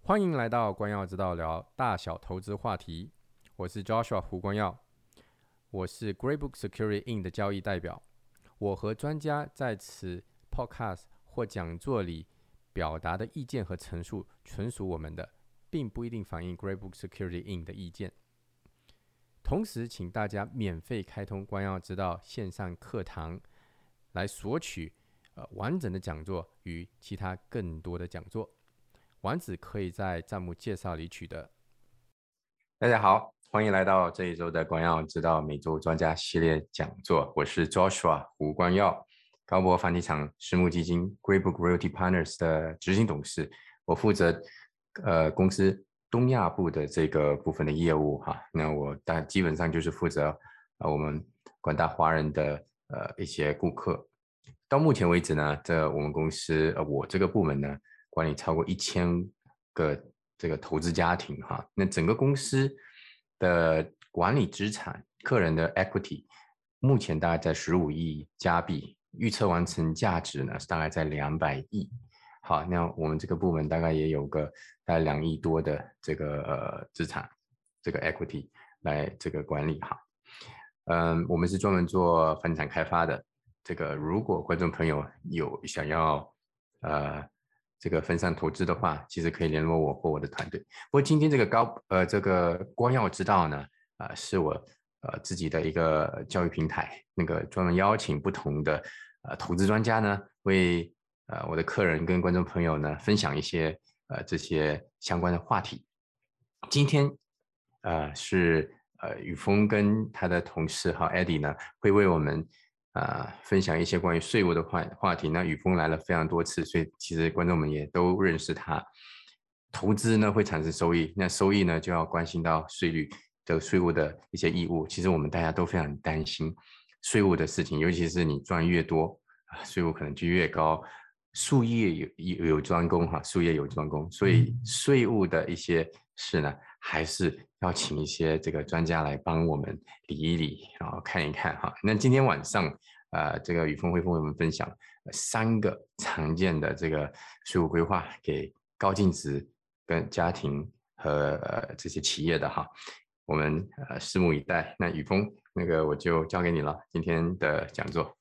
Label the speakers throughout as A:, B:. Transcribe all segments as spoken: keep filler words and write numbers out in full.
A: 欢迎来到光耀之道聊大小投资话题，我是 Joshua 胡光耀，我是 Greybook Security Inc 的交易代表。我和专家在此 podcast 或讲座里表达的意见和陈述纯属我们的，并不一定反映 Greybook Security Inc 的意见。同时，请大家免费开通光耀之道线上课堂，来索取、呃、完整的讲座与其他更多的讲座。网址可以在账目介绍里取得。大家好，欢迎来到这一周的光耀之道每周专家系列讲座。我是 Joshua 胡光耀，高博房地产私募基金 Greybook Realty Partners 的执行董事。我负责呃公司东亚部的这个部分的业务哈。那我但基本上就是负责呃我们广大华人的呃一些顾客。到目前为止呢，这我们公司呃我这个部门呢，管理超过一千个这个投资家庭哈。那整个公司的管理资产，个人的 equity 目前大概在十五亿加币，预测完成价值呢大概在两百亿。好，那我们这个部门大概也有个大概两亿多的这个呃资产，这个 equity 来这个管理哈。嗯，我们是专门做房地产开发的。这个如果观众朋友有想要呃这个分散投资的话，其实可以联络我或我的团队。不过今天这个高呃这个光耀之道呢，啊、呃、是我呃自己的一个教育平台，那个专门邀请不同的呃投资专家呢，为呃我的客人跟观众朋友呢分享一些呃这些相关的话题。今天呃是呃宇峰跟他的同事哈 Eddie 呢会为我们呃分享一些关于税务的话话题。那宇峰来了非常多次，所以其实观众们也都认识他。投资呢会产生收益，那收益呢就要关心到税率的税务的一些义务。其实我们大家都非常担心税务的事情，尤其是你赚越多，税务可能就越高。术业有有有专攻哈，术业有专攻，所以税务的一些事呢，还是要请一些这个专家来帮我们理一理，然后看一看哈。那今天晚上，呃，这个宇峰会跟我们分享三个常见的这个税务规划给高净值跟家庭和呃这些企业的哈，我们呃拭目以待。那宇峰，那个我就交给你了，今天的讲座。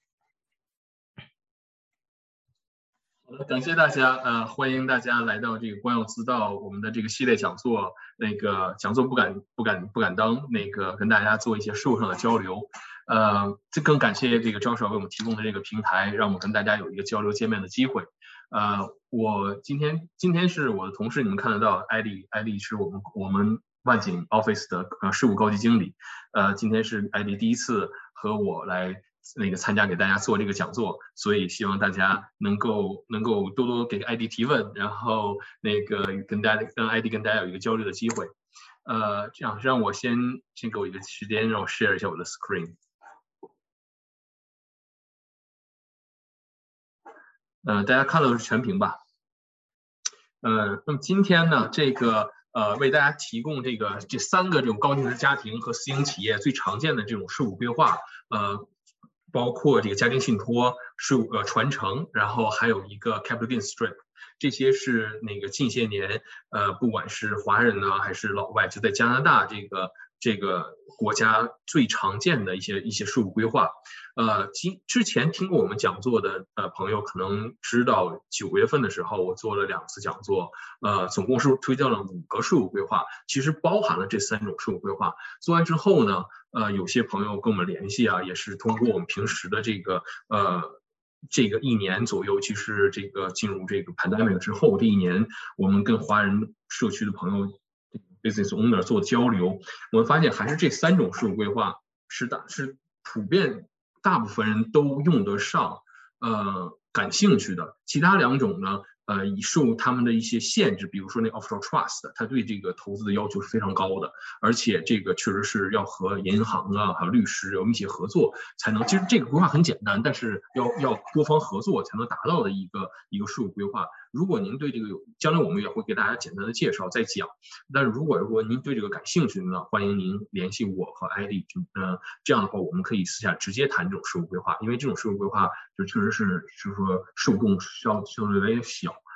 B: 好的，感谢大家，呃，欢迎大家来到这个光耀之道我们的这个系列讲座。那个讲座不敢不敢不敢当，那个跟大家做一些事务上的交流。呃，这更感谢这个 Joshua 为我们提供的这个平台，让我们跟大家有一个交流见面的机会。呃，我今天今天是我的同事，你们看得到，艾丽艾丽是我们我们万景 Office 的呃事务高级经理。呃，今天是艾丽第一次和我来那个参加给大家做这个讲座，所以希望大家能够能够多多给 I D 提问，然后那个跟大家跟 I D 跟大家有一个交流的机会。呃，这样让我先先给我一个时间，让我 share 一下我的 screen。呃，大家看到的是全屏吧？呃，那么今天呢，这个呃为大家提供这个这三个这种高净值家庭和私营企业最常见的这种税务规划，呃。包括这个家庭信托、税务呃传承，然后还有一个 capital gain strip， 这些是那个近些年呃不管是华人呢还是老外，就在加拿大这个这个国家最常见的一些一些税务规划。呃，今之前听过我们讲座的呃朋友可能知道，九月份的时候我做了两次讲座，呃，总共是推荐了五个税务规划，其实包含了这三种税务规划。做完之后呢，呃，有些朋友跟我们联系啊，也是通过我们平时的这个呃。这个一年左右，其实这个进入这个 pandemic 之后，这一年我们跟华人社区的朋友 business owner 做交流，我们发现还是这三种税务规划是大是普遍大部分人都用得上，呃，感兴趣的。其他两种呢，呃，以受他们的一些限制，比如说那 offshore trust， 它对这个投资的要求是非常高的，而且这个确实是要和银行啊，还有律师有密切合作才能。其实这个规划很简单，但是要要多方合作才能达到的一个一个税务规划。如果您对这个有，将来我们也会给大家简单的介绍再讲。但是如果如果您对这个感兴趣呢，欢迎您联系我和艾丽，呃，这样的话我们可以私下直接谈这种税务规划，因为这种税务规划就确实是就是说受众相相对来讲小，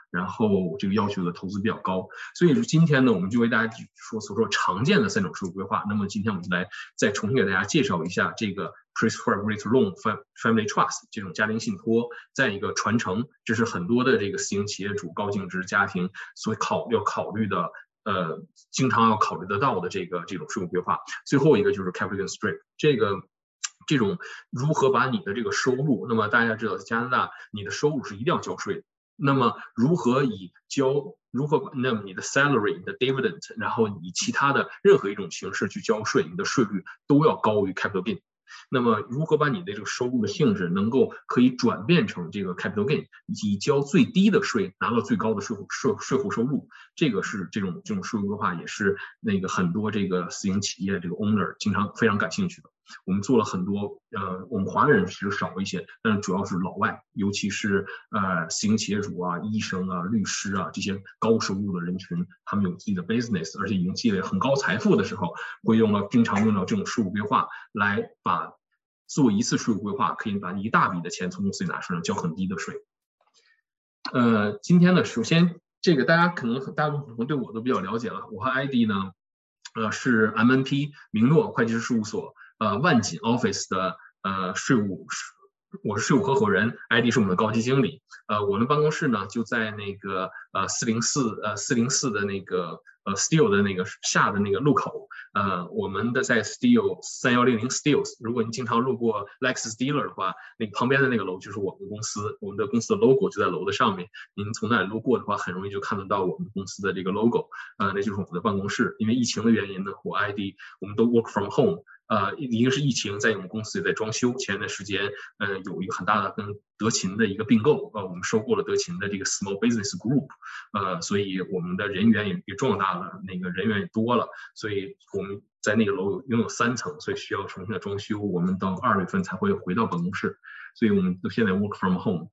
B: 然后这个要求的投资比较高。所以今天呢，我们就为大家说所说常见的三种税务规划。那么今天我们来再重新给大家介绍一下这个 Prescribed Loan Family Trust 这种家庭信托，再一个传承，这是很多的这个私营企业主、高净值家庭所考要考虑的。呃，经常要考虑得到的这个这种税务规划。最后一个就是 Capital Gains Strip， 这个这种如何把你的这个收入，那么大家知道，在加拿大你的收入是一定要交税的。那么如何以交如何那么你的 salary、你的 dividend， 然后以其他的任何一种形式去交税，你的税率都要高于 capital gain。那么如何把你的这个收入的性质能够可以转变成这个 capital gain， 以交最低的税拿到最高的税户税税户收入，这个是这种这种税务规划，也是那个很多这个私营企业这个 owner 经常非常感兴趣的。我们做了很多，呃，我们华人其实少一些，但是主要是老外，尤其是呃私营企业主啊、医生啊、律师啊这些高收入的人群，他们有自己的 business， 而且已经积累很高财富的时候，会用到经常用到这种税务规划来把做一次税务规划，可以把一大笔的钱从公司里拿出来，交很低的税。呃，今天呢，首先这个大家可能大部分可能对我都比较了解了，我和 I D 呢，呃是 M N P 明诺会计师事务所。呃，万锦 Office 的呃税务，我是税务合伙人 ，I D 是我们的高级经理。呃，我们办公室呢就在那个呃四零四呃四零四的那个呃 Steel 的那个下的那个路口。呃，我们的在 Steel 三一零零 Steels， 如果你经常路过 Lexus Dealer 的话，那个旁边的那个楼就是我们公司，我们的公司的 logo 就在楼的上面。您从那里路过的话，很容易就看得到我们公司的这个 logo。呃，那就是我们的办公室。因为疫情的原因呢，我 I D 我们都 work from home。呃，一个是疫情，在我们公司也在装修。前段时间，呃，有一个很大的跟德勤的一个并购，呃，我们收购了德勤的这个 Small Business Group， 呃，所以我们的人员也也壮大了，那个人员也多了，所以我们在那个楼有拥有三层，所以需要重新的装修。我们到二月份才会回到办公室，所以我们都现在 work from home。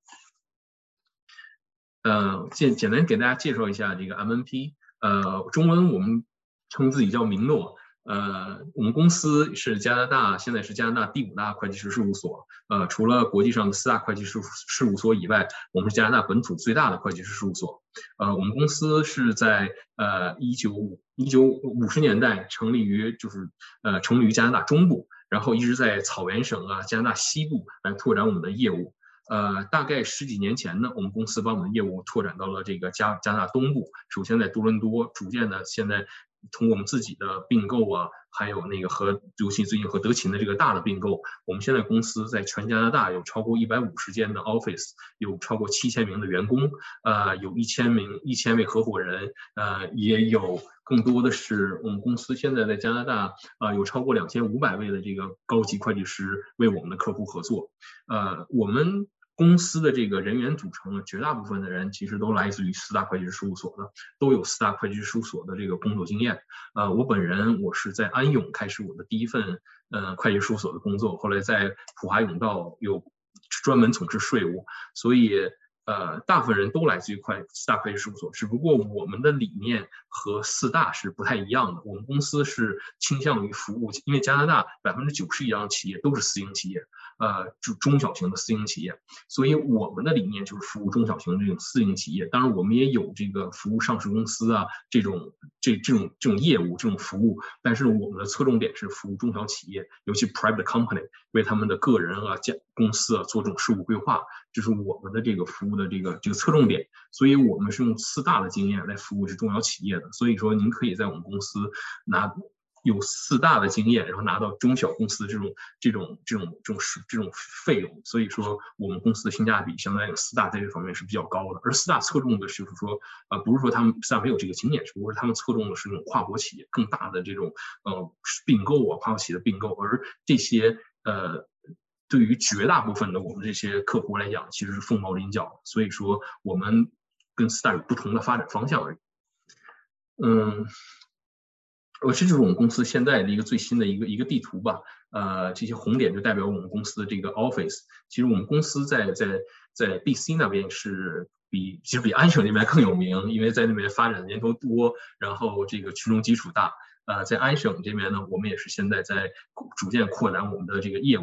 B: 呃，简简单给大家介绍一下这个 M N P， 呃，中文我们称自己叫明诺。呃，我们公司是加拿大，现在是加拿大第五大会计师事务所。呃，除了国际上的四大会计师事务所以外，我们是加拿大本土最大的会计师事务所。呃，我们公司是在呃一九一九五十年代成立于就是呃成立于加拿大中部，然后一直在草原省啊、加拿大西部来拓展我们的业务。呃，大概十几年前呢，我们公司把我们的业务拓展到了这个加加拿大东部，首先在多伦多，逐渐的现在通过我们自己的并购啊，还有那个和尤其最近和德勤的这个大的并购，我们现在公司在全加拿大有超过一百五十间的 office， 有超过七千名的员工，呃，有一千名一千位合伙人，呃，也有更多的是我们公司现在在加拿大啊、呃、有超过两千五百位的这个高级会计师为我们的客户合作，呃，我们。公司的这个人员组成，绝大部分的人其实都来自于四大会计师事务所的，都有四大会计师事务所的这个工作经验。呃，我本人我是在安永开始我的第一份呃会计事务所的工作，后来在普华永道有专门从事税务，所以呃大部分人都来自于会四大会计事务所，只不过我们的理念和四大是不太一样的。我们公司是倾向于服务，因为加拿大百分之九十以上的企业都是私营企业。呃，就中小型的私营企业，所以我们的理念就是服务中小型的这种私营企业。当然，我们也有这个服务上市公司啊，这种这这种这种业务、这种服务。但是我们的侧重点是服务中小企业，尤其 private company， 为他们的个人啊、家公司啊做这种税务规划，这是我们的这个服务的这个这个侧重点。所以我们是用四大的经验来服务是中小企业的。所以说，您可以在我们公司拿。有四大的经验，然后拿到中小公司这种这种这种这种这种费用，所以说我们公司的性价比相当于四大在这方面是比较高的。而四大侧重的就是说，呃，不是说他们四大没有这个经验，只不过是他们侧重的是这种跨国企业更大的这种呃并购啊，跨国企业的并购，而这些呃。对于绝大部分的我们这些客户来讲，其实是凤毛麟角，所以说我们跟四大有不同的发展方向而已。嗯。呃，这就是我们公司现在的一个最新的一个一个地图吧。呃，这些红点就代表我们公司的这个 office。其实我们公司在在在 B C 那边是比其实比安省那边更有名，因为在那边发展的年头多，然后这个群众基础大。呃，在安省这边呢，我们也是现在在逐渐扩展我们的这个业务。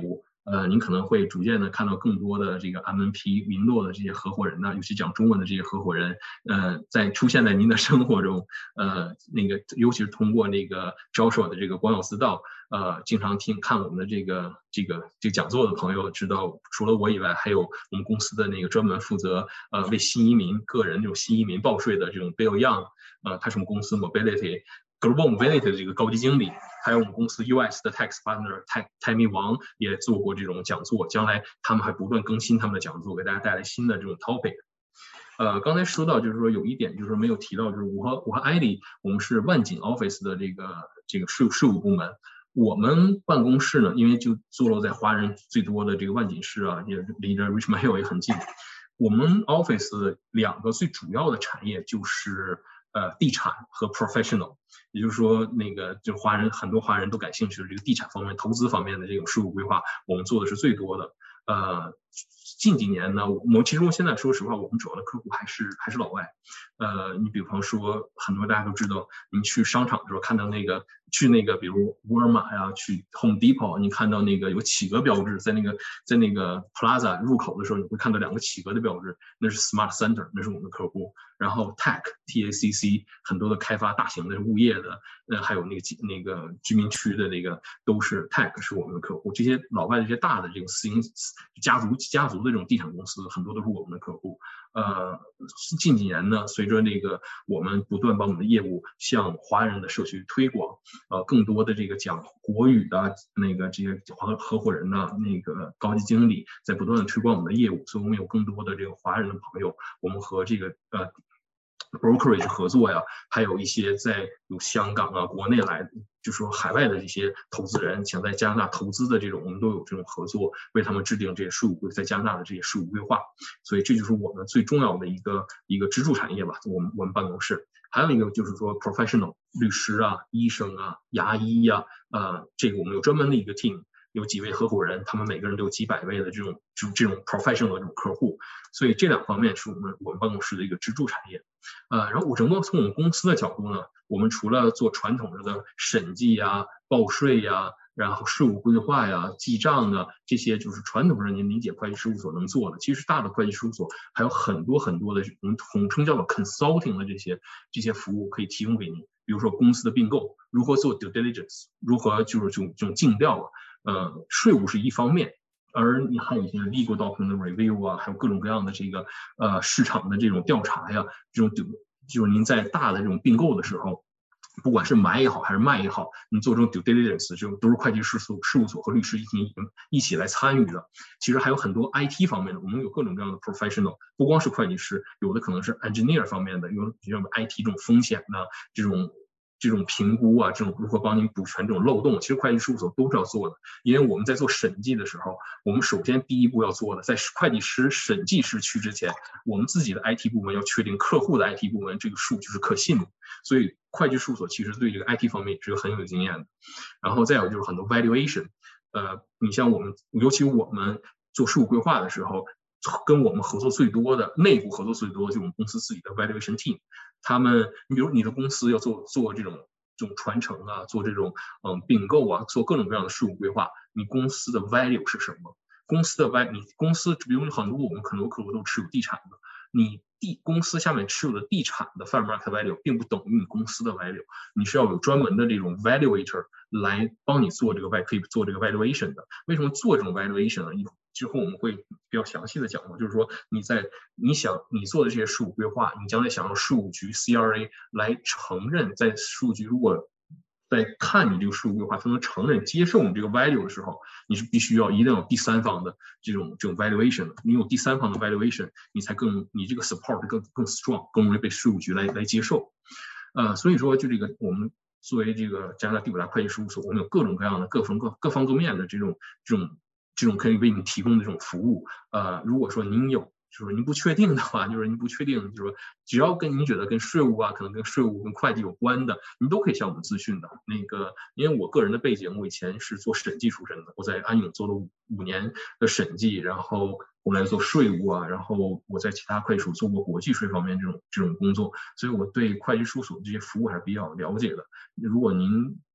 B: 呃，您可能会逐渐的看到更多的这个 M N P 云落的这些合伙人呢，尤其讲中文的这些合伙人，呃，在出现在您的生活中，呃，那个尤其是通过那个Joshua的这个广有私道，呃，经常听看我们的这个这个这个讲座的朋友知道，除了我以外，还有我们公司的那个专门负责呃为新移民个人这种新移民报税的这种 Bill Young，呃，他是我们公司 Mobility Global Mobility 的这个高级经理。还有我们公司 U S 的 Tax Partner Tammy Wang 也做过这种讲座，将来他们还不断更新他们的讲座，给大家带来新的这种 topic。呃，刚才说到就是说有一点就是没有提到，就是我和我和艾莉，我们是万锦 Office 的这个这个税税务部门。我们办公室呢，因为就坐落在华人最多的这个万锦市啊，也离着 Richmond Hill 也很近。我们 Office 两个最主要的产业就是呃地产和 professional。也就是说，那个就华人很多华人都感兴趣的这个地产方面、投资方面的这种税务规划，我们做的是最多的。呃，近几年呢，我们其实我现在说实话，我们主要的客户还是还是老外。呃，你比方说，很多大家都知道，你去商场的时候看到那个去那个，比如沃尔玛呀，去 Home Depot， 你看到那个有企鹅标志，在那个在那个 Plaza 入口的时候，你会看到两个企鹅的标志，那是 Smart Center， 那是我们的客户。然后 T A C T A C C 很多的开发大型的物业的，呃，还有那个那个居民区的那个都是 T A C 是我们的客户。这些老外这些大的这种私营家族家族的这种地产公司，很多都是我们的客户。呃，近几年呢，随着那个我们不断把我们的业务向华人的社区推广，呃，更多的这个讲国语的那个这些合合伙人呢，那个高级经理在不断的推广我们的业务，所以我们有更多的这个华人的朋友，我们和这个呃。brokerage 合作呀，还有一些在有香港啊、国内来，就是说海外的这些投资人想在加拿大投资的这种，我们都有这种合作，为他们制定这些税务规，在加拿大的这些税务规划。所以这就是我们最重要的一个一个支柱产业吧。我们我们办公室还有一个就是说 professional 律师啊、医生啊、牙医呀、啊，呃，这个我们有专门的一个 team。有几位合伙人，他们每个人都有几百位的这种这种这种 professional 的这种客户，所以这两方面是我们我们办公室的一个支柱产业。呃，然后我整个从我们公司的角度呢，我们除了做传统的审计呀、报税呀，然后税务规划呀、记账啊这些，就是传统上您理解会计事务所能做的，其实大的会计事务所还有很多很多的我们统称叫做 consulting 的这些这些服务可以提供给您，比如说公司的并购，如何做 due diligence， 如何就是这种这种尽调啊。呃，税务是一方面，而你还有一些 legal document review 啊，还有各种各样的这个呃市场的这种调查呀，这种就是您在大的这种并购的时候，不管是买也好还是卖也好，你做这种 due diligence 这种都是会计师事务所和律师一起一起来参与的。其实还有很多 I T 方面的，我们有各种各样的 professional， 不光是会计师，有的可能是 engineer 方面的，有比如 I T 这种风险的这种。这种评估啊，这种如何帮您补全这种漏洞，其实会计事务所都是要做的。因为我们在做审计的时候，我们首先第一步要做的，在会计师、审计师去之前，我们自己的 I T 部门要确定客户的 I T 部门这个数据是可信的。所以会计事务所其实对这个 I T 方面是很有经验的。然后再有就是很多 valuation， 呃，你像我们，尤其我们做税务规划的时候，跟我们合作最多的内部合作最多的就是我们公司自己的 valuation team。他们，你比如你的公司要做做这种这种传承啊，做这种嗯并购啊，做各种各样的税务规划，你公司的 value 是什么？公司的 value， 你公司比如很多我们很多客户都持有地产的，你地公司下面持有的地产的 fair market value 并不等于你公司的 value， 你是要有专门的这种 valuator 来帮你做这个 可以做这个 valuation 的。为什么做这种 valuation 呢？之后我们会比较详细的讲过，就是说你在你想你做的这些税务规划，你将来想让税务局 C R A 来承认，在税务局如果在看你这个税务规划，他能承认接受你这个 value 的时候，你是必须要一定要有第三方的这种这种 valuation 的。你有第三方的 valuation， 你才更你这个 support 更更 strong， 更容易被税务局来来接受。呃，所以说就这个我们作为这个加拿大第五大会计事务所，我们有各种各样的各方各各方各面的这种这种。这种可以为你提供的这种服务，呃，如果说您有，就是您不确定的话，就是您不确定，就是说只要跟您觉得跟税务啊，可能跟税务跟会计有关的，您都可以向我们咨询的。那个，因为我个人的背景，我以前是做审计出身的，我在安永做了五五年的审计，然后后来做税务啊，然后我在其他会计所做过国际税方面这种这种工作，所以我对会计事务所这些服务还是比较了解的。如果您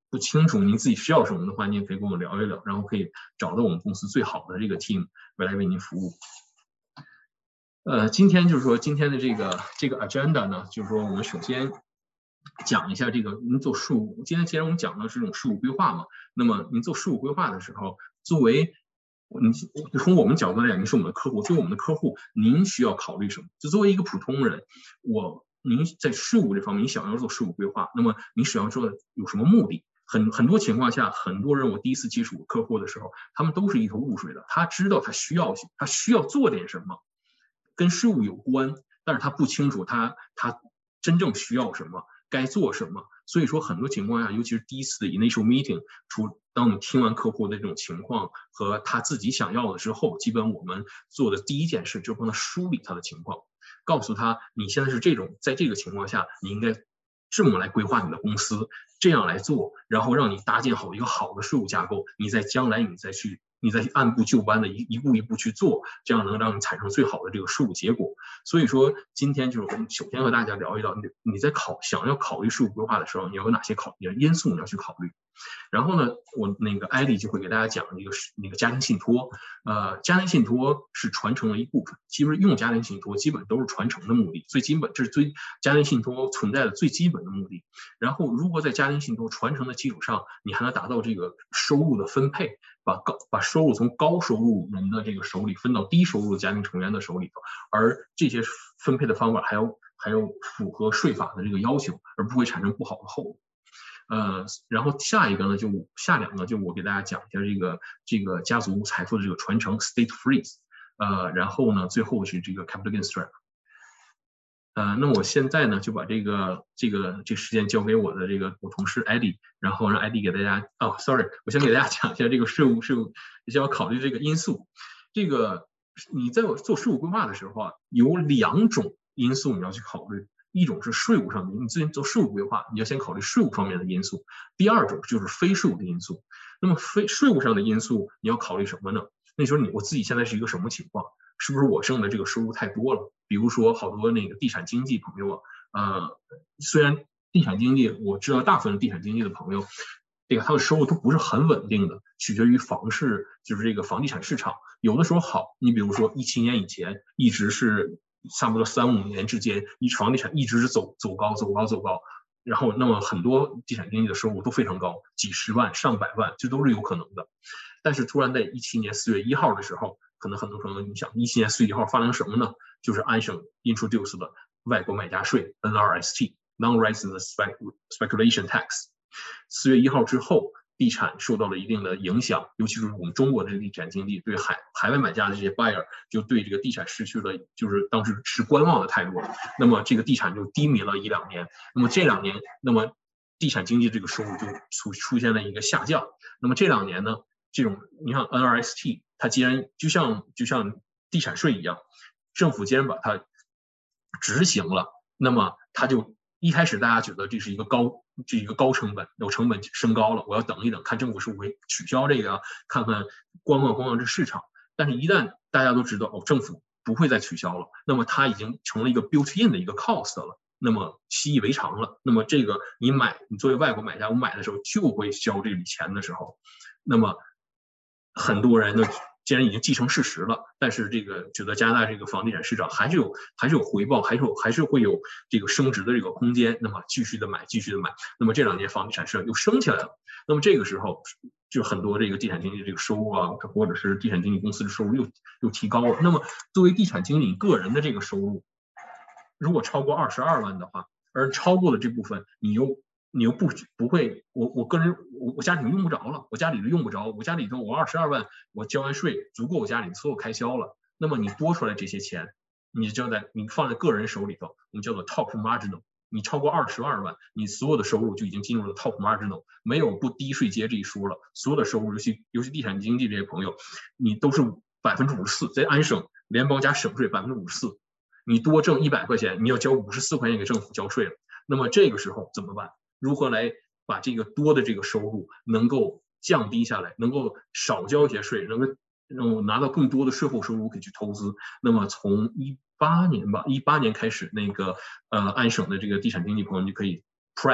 B: 不清楚您自己需要什么的话，您也可以跟我聊一聊，然后可以找到我们公司最好的这个 team 来为您服务。呃，今天就是说今天的这个这个 agenda 呢，就是说我们首先讲一下这个您做事务。今天既然我们讲的是这种事务规划嘛，那么您做事务规划的时候，作为你从我们角度来讲，您是我们的客户，作为我们的客户，您需要考虑什么？就作为一个普通人，我您在事务这方面，你想要做事务规划，那么您想要做的有什么目的？很很多情况下，很多人我第一次接触客户的时候，他们都是一头雾水的。他知道他需要他需要做点什么，跟事务有关，但是他不清楚他他真正需要什么，该做什么。所以说，很多情况下，尤其是第一次的 initial meeting， 除当你听完客户的这种情况和他自己想要的之后，基本我们做的第一件事就是帮他梳理他的情况，告诉他你现在是这种，在这个情况下，你应该这么来规划你的公司，这样来做，然后让你搭建好一个好的事务架构，你在将来你再去。你再按部就班的一一步一步去做，这样能让你产生最好的这个事务结果。所以说，今天就是我们首先和大家聊一聊，你你在考想要考虑事务规划的时候，你要有哪些考因素你要去考虑。然后呢，我那个艾丽就会给大家讲那个那个家庭信托。呃，家庭信托是传承的一部分。其实用家庭信托基本都是传承的目的，最基本这是最家庭信托存在的最基本的目的。然后，如果在家庭信托传承的基础上，你还能达到这个收入的分配，把高把收入从高收入人的这个手里分到低收入的家庭成员的手里头，而这些分配的方法还要还要符合税法的这个要求，而不会产生不好的后果。呃，然后下一个呢，就下两个就我给大家讲一下这个这个家族财富的这个传承 estate freeze， 呃，然后呢，最后是这个 capital gains trap。呃，那我现在呢就把这个这个这个时间交给我的这个我同事艾迪，然后让艾迪给大家哦 ，sorry， 我先给大家讲一下这个税务税务需要考虑这个因素。这个你在做税务规划的时候啊，有两种因素你要去考虑。一种是税务上的，你之前做税务规划，你要先考虑税务方面的因素。第二种就是非税务的因素。那么非税务上的因素，你要考虑什么呢？那时候你我自己现在是一个什么情况？是不是我挣的这个收入太多了？比如说好多那个地产经纪朋友啊，呃，虽然地产经纪我知道大部分地产经纪的朋友，这个他的收入都不是很稳定的，取决于房市，就是这个房地产市场。有的时候好，你比如说一七年以前一直是。差不多三五年之间，一房地产一直是走走高走高走高，然后那么很多地产经纪的收入都非常高，几十万上百万，这都是有可能的。但是突然在一七年四月一号的时候，可能很多朋友你想，一七年四月一号发生什么呢？就是安省 introduce 了外国买家税 N R S T Non-Resident Speculation Tax。四月一号之后，地产受到了一定的影响，尤其是我们中国的地产经济对海海外买家的这些 buyer 就对这个地产失去了，就是当时持观望的态度了。那么这个地产就低迷了一两年。那么这两年，那么地产经济这个收入就出出现了一个下降。那么这两年呢，这种你看 N R S T， 它既然就像就像地产税一样，政府既然把它执行了，那么它就一开始大家觉得这是一个高。这一个高成本，有成本升高了，我要等一等，看政府是不是会取消这个，看看观望观望这市场。但是，一旦大家都知道哦，政府不会再取消了，那么它已经成了一个 built-in 的一个 cost 了，那么习以为常了。那么这个你买，你作为外国买家，我买的时候就会交这笔钱的时候，那么很多人呢。既然已经既成事实了，但是这个觉得加拿大这个房地产市场还是有还是有回报，还是有还是会有这个升值的这个空间，那么继续的买，继续的买，那么这两年房地产市场又升起来了，那么这个时候就很多这个地产经纪这个收入啊，或者是地产经纪公司的收入又又提高了。那么作为地产经理个人的这个收入，如果超过二十二万的话，而超过了这部分，你又你又不不会，我我个人我我家里用不着了，我家里都用不着，我家里头我二十二万，我交完税足够我家里所有开销了。那么你多出来这些钱，你就在你放在个人手里头，我们叫做 top marginal。你超过二十二万，你所有的收入就已经进入了 top marginal， 没有不低税阶这一说了。所有的收入，尤其尤其地产经纪这些朋友，你都是百分之五十四，在安省联邦加省税百分之五十四，你多挣一百块钱，你要交五十四块钱给政府交税了。那么这个时候怎么办？如何来把这个多的这个收入能够降低下来，能够少交一些税，能够让我拿到更多的税后收入可以去投资？那么从一八年吧，一八年开始，那个呃安省的这个地产经纪朋友就可以 P R E C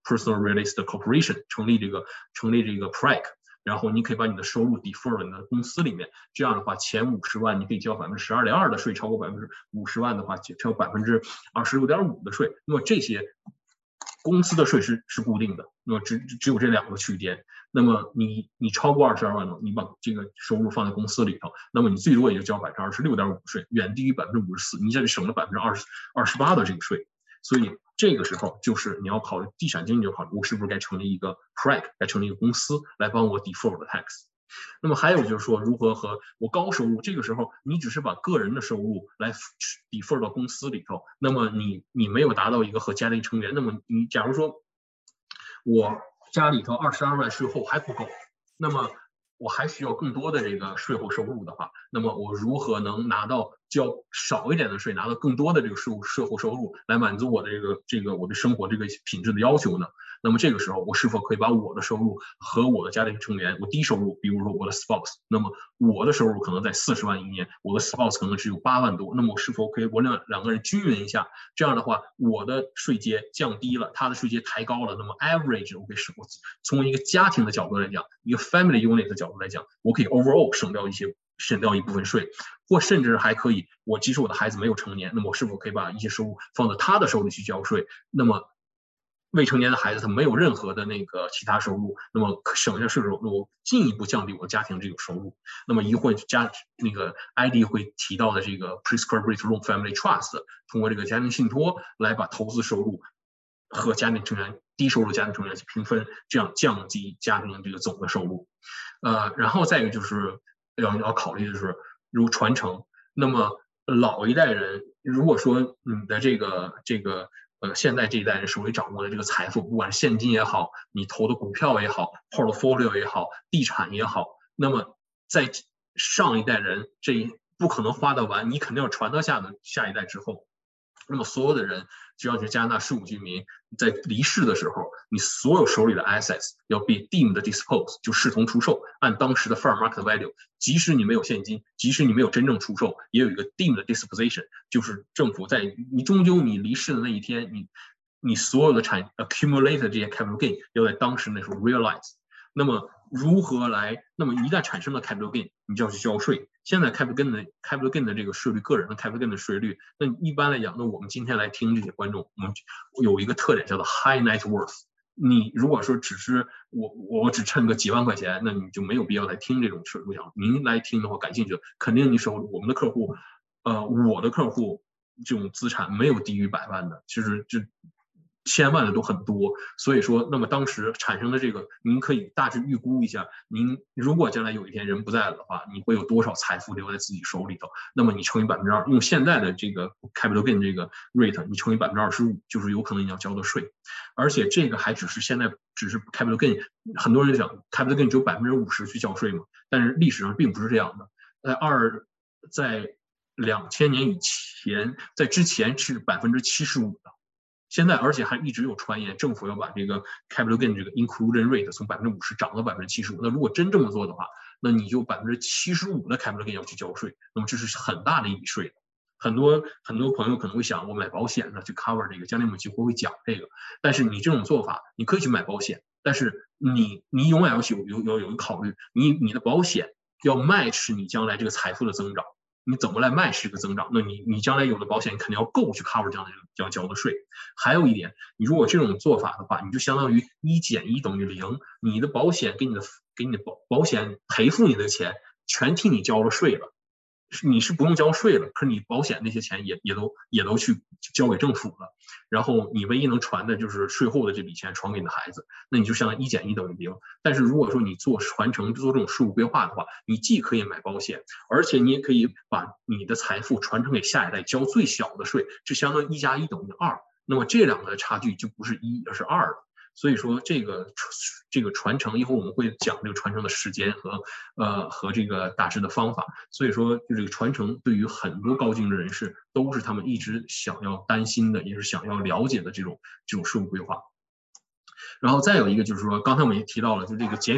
B: personal real estate corporation， 成立这个成立这个 P R E C。然后你可以把你的收入 defer 到你的公司里面，这样的话前五十万你可以交百分之十二点二的税，超过百分之五十万的话交百分之二十六点五的税。那么这些公司的税是是固定的，那么只只有这两个区间。那么你你超过二十二万呢，你把这个收入放在公司里头，那么你最多也就交百分之二十六点五的税，远低于百分之五十四，你这里省了百分之二十二十八的这个税。所以这个时候就是你要考虑地产经济，就考虑我是不是该成立一个 P R E C， 该成立一个公司来帮我 defer 我的 tax。那么还有就是说，如何和我高收入，这个时候你只是把个人的收入来 defer 到公司里头，那么你你没有达到一个和家庭成员，那么你假如说我家里头二十二万税后还不够，那么我还需要更多的这个税后收入的话，那么我如何能拿到交少一点的税，拿到更多的这个税税后收入，来满足我的这个这个我的生活这个品质的要求呢？那么这个时候，我是否可以把我的收入和我的家庭成员，我低收入，比如说我的 spouse， 那么我的收入可能在四十万一年，我的 spouse 可能只有八万多，那么我是否可以我两两个人均匀一下？这样的话，我的税阶降低了，他的税阶抬高了，那么 average 我可以省，从一个家庭的角度来讲，一个 family unit 的角度来讲，我可以 overall 省掉一些。省掉一部分税，或甚至还可以，我即使我的孩子没有成年，那么我是否可以把一些收入放在他的手里去交税？那么未成年的孩子他没有任何的那个其他收入，那么省下税收，那我进一步降低我家庭这个收入。那么一会家那个 I D 会提到的这个 prescribed loan family trust， 通过这个家庭信托来把投资收入和家庭成员低收入家庭成员去平分，这样降低家庭这个总的收入。呃，然后再一个就是要要考虑的是，如传承。那么老一代人，如果说你的这个这个呃现在这一代人手里掌握的这个财富，不管是现金也好，你投的股票也好 ，portfolio 也好，地产也好，那么在上一代人这一不可能花得完，你肯定要传到下的下一代之后。那么所有的人，只要是加拿大十五居民，在离世的时候，你所有手里的 assets 要被 deemed dispose， 就视同出售，按当时的 fair market value， 即使你没有现金，即使你没有真正出售，也有一个 deemed disposition， 就是政府在你终究你离世的那一天，你你所有的产 accumulated 这些 capital gain 要在当时那时候 realize。那么如何来？那么一旦产生了 capital gain， 你就要去交税。现在 capital gain 的 capital gain 的这个税率，个人的 capital gain 的税率，那一般来讲，那我们今天来听这些观众，我们有一个特点叫做 high net worth。你如果说只是我我只趁个几万块钱，那你就没有必要来听这种税务讲。您来听的话，感兴趣，肯定你手我们的客户，呃，我的客户这种资产没有低于百万的，其实就。千万的都很多，所以说，那么当时产生的这个，您可以大致预估一下，您如果将来有一天人不在了的话，你会有多少财富留在自己手里头？那么你乘以百分之二，用现在的这个 capital gain 这个 rate， 你乘以百分之二十五，就是有可能你要交的税。而且这个还只是现在只是 capital gain， 很多人讲 capital gain 只有百分之五十去交税嘛，但是历史上并不是这样的。在二在两千年以前，在之前是百分之七十五的。现在，而且还一直有传言，政府要把这个 capital gain 这个 inclusion rate 从百分之五十涨到百分之七十五。那如果真这么做的话，那你就百分之七十五的 capital gain 要去交税，那么这是很大的一笔税。很多很多朋友可能会想，我买保险呢去 cover 这个，将来我们几乎会讲这个。但是你这种做法，你可以去买保险，但是你你永远要有有有有一个考虑，你你的保险要 match 你将来这个财富的增长。你怎么来卖是一个增长？那你你将来有的保险肯定要够去 cover 这样的要交的税。还有一点，你如果这种做法的话，你就相当于一减一等于零，你的保险给你的给你的保保险赔付你的钱全替你交了税了，你是不用交税了，可是你保险那些钱也也都也都去交给政府了，然后你唯一能传的就是税后的这笔钱传给你的孩子，那你就相当于一减一等于零。但是如果说你做传承做这种税务规划的话，你既可以买保险，而且你也可以把你的财富传承给下一代，交最小的税，这相当于一加一等于二。那么这两个的差距就不是一而是二了。所以说这个这个传承，一会儿我们会讲这个传承的时间和呃和这个大致的方法。所以说，就这个传承对于很多高净值人士都是他们一直想要担心的，也是想要了解的这种这种税务规划。然后再有一个就是说，刚才我们也提到了，就这个减少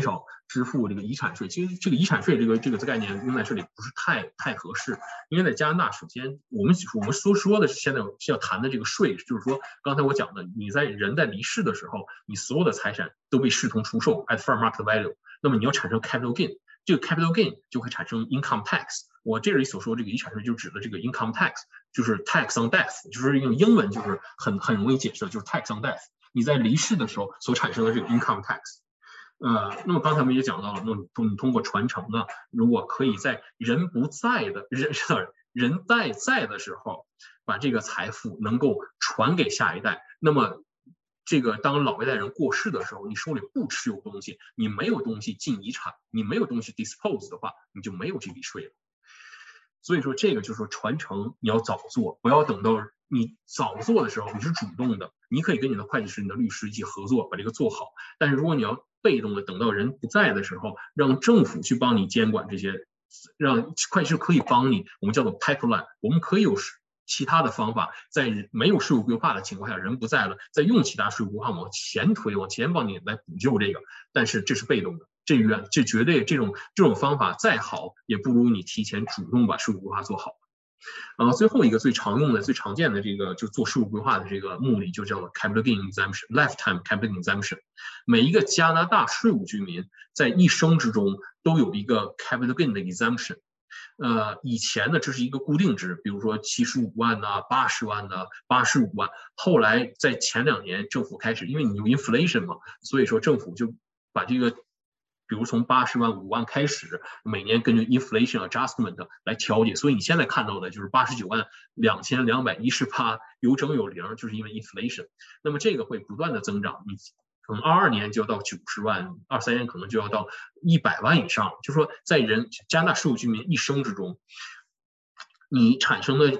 B: 支付这个遗产税。其实这个遗产税这个这个概念用在这里不是太太合适，因为在加拿大，首先我们我们所说的是现在需要谈的这个税，就是说刚才我讲的，你在人在离世的时候，你所有的财产都被视同出售 at fair market value， 那么你要产生 capital gain， 这个 capital gain 就会产生 income tax。我这里所说的这个遗产税就指的这个 income tax， 就是 tax on death， 就是用英文就是很很容易解释，就是 tax on death。你在离世的时候所产生的这个 income tax。呃，那么刚才我们也讲到了，那你通过传承呢，如果可以在人不在的人人在在的时候，把这个财富能够传给下一代，那么这个当老一代人过世的时候，你手里不持有东西，你没有东西进遗产，你没有东西 dispose 的话，你就没有这笔税了。所以说这个就是说传承你要早做，不要等到你早做的时候你是主动的，你可以跟你的会计师、你的律师一起合作把这个做好。但是如果你要被动的等到人不在的时候，让政府去帮你监管这些，让会计师可以帮你，我们叫做 pipeline， 我们可以有其他的方法，在没有税务规划的情况下，人不在了，再用其他税务规划往前推，往前帮你来补救这个，但是这是被动的。这远这绝对这种这种方法再好，也不如你提前主动把税务规划做好。呃，最后一个最常用的、最常见的这个就做税务规划的这个目的，就叫做 capital gain exemption、lifetime capital exemption。每一个加拿大税务居民在一生之中都有一个 capital gain 的 exemption。呃，以前呢这是一个固定值，比如说七十五万呐、八十万呐、八十五万。后来在前两年，政府开始，因为你有 inflation 嘛，所以说政府就把这个。比如从八十万、五万开始，每年根据 inflation adjustment 来调节，所以你现在看到的就是八十九万两千两百一十八，有整有零，就是因为 inflation。那么这个会不断的增长，你可能二二年就要到九十万，二三年可能就要到一百万以上。就是说，在人加拿大税务居民一生之中，你产生的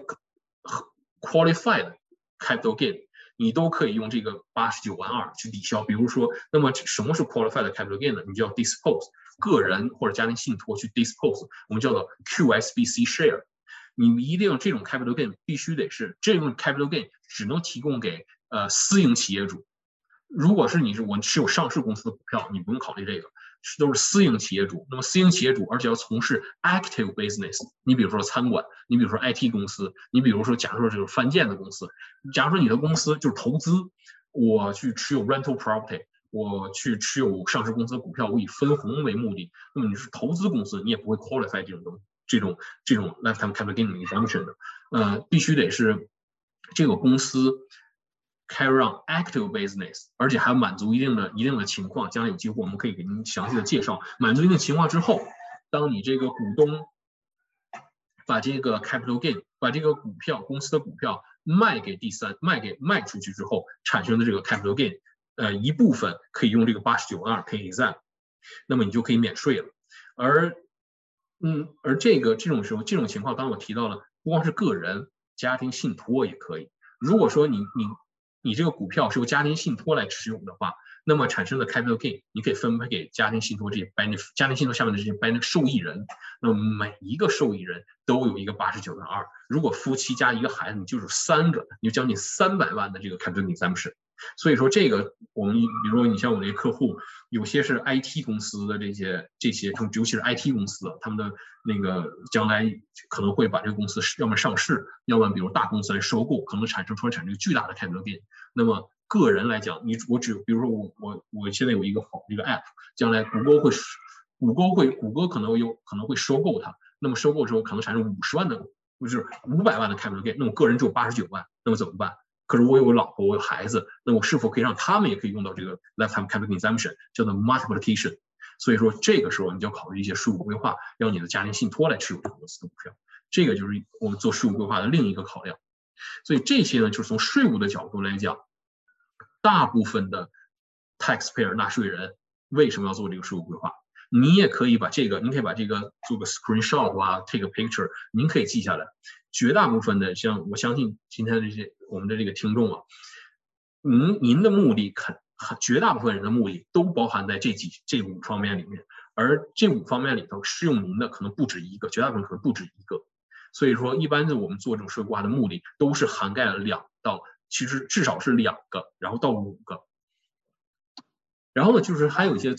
B: qualified capital gain。你都可以用这个八十九万二去抵消。比如说，那么什么是 qualified capital gain 呢？你就要 dispose 个人或者家庭信托去 dispose， 我们叫做 Q S B C share。你一定这种 capital gain 必须得是这种 capital gain 只能提供给呃私营企业主。如果是你是我持有上市公司的股票，你不用考虑这个，都是私营企业主。那么私营企业主，而且要从事 active business， 你比如说餐馆，你比如说 I T 公司，你比如说假如说就是翻建的公司，假如说你的公司就是投资，我去持有 rental property， 我去持有上市公司的股票，我以分红为目的，那么你是投资公司，你也不会 qualify 这种东这种这种 lifetime capital gain exemption 的，呃，必须得是这个公司。carry on active business， 而且还要满足一定的一定的情况，将来有机会我们可以给您详细的介绍。满足一定的情况之后，当你这个股东把这个 capital gain， 把这个股票公司的股票卖给第三，卖给卖出去之后产生的这个 capital gain， 呃，一部分可以用这个八十九万二可以 exempt， 那么你就可以免税了。而嗯，而这个这种时候这种情况，刚刚我提到了，不光是个人，家庭信托也可以。如果说你你你这个股票是由家庭信托来持有的话，那么产生的 capital gain 你可以分配给家庭信托这些 benefit， 家庭信托下面的这些 benefit 受益人，那么每一个受益人都有一个八十九万二。如果夫妻加一个孩子，你就有三个，你就将近三百万的这个 capital gain exemption。所以说这个我们比如说你像我这些客户，有些是 I T 公司的这些这些，尤其是 I T 公司的，他们的那个将来可能会把这个公司要么上市，要么比如大公司来收购，可能产生突然产生一个巨大的 capital gain。那么个人来讲，你我只比如说我我我现在有一个好一个 app， 将来谷歌会谷歌会谷歌可能有可能会收购它，那么收购之后可能产生五十万的，就是五百万的 capital gain， 那么个人只有八十九万，那么怎么办？可是我有老婆，我有孩子，那我是否可以让他们也可以用到这个 lifetime capital exemption， 叫做 multiplication？ 所以说这个时候你就要考虑一些税务规划，让你的家庭信托来持有这个公司的股票，这个就是我们做税务规划的另一个考量。所以这些呢，就是从税务的角度来讲，大部分的 taxpayer 纳税人为什么要做这个税务规划？你也可以把这个，您可以把这个做个 screenshot 啊 ，take a picture， 您可以记下来。绝大部分的，像我相信今天的这些我们的这个听众啊，您您的目的肯绝大部分人的目的都包含在这几这五方面里面，而这五方面里头适用您的可能不止一个，绝大部分可能不止一个。所以说，一般的我们做这种税务规划的目的都是涵盖了两到，其实至少是两个，然后到五个。然后呢，就是还有一些造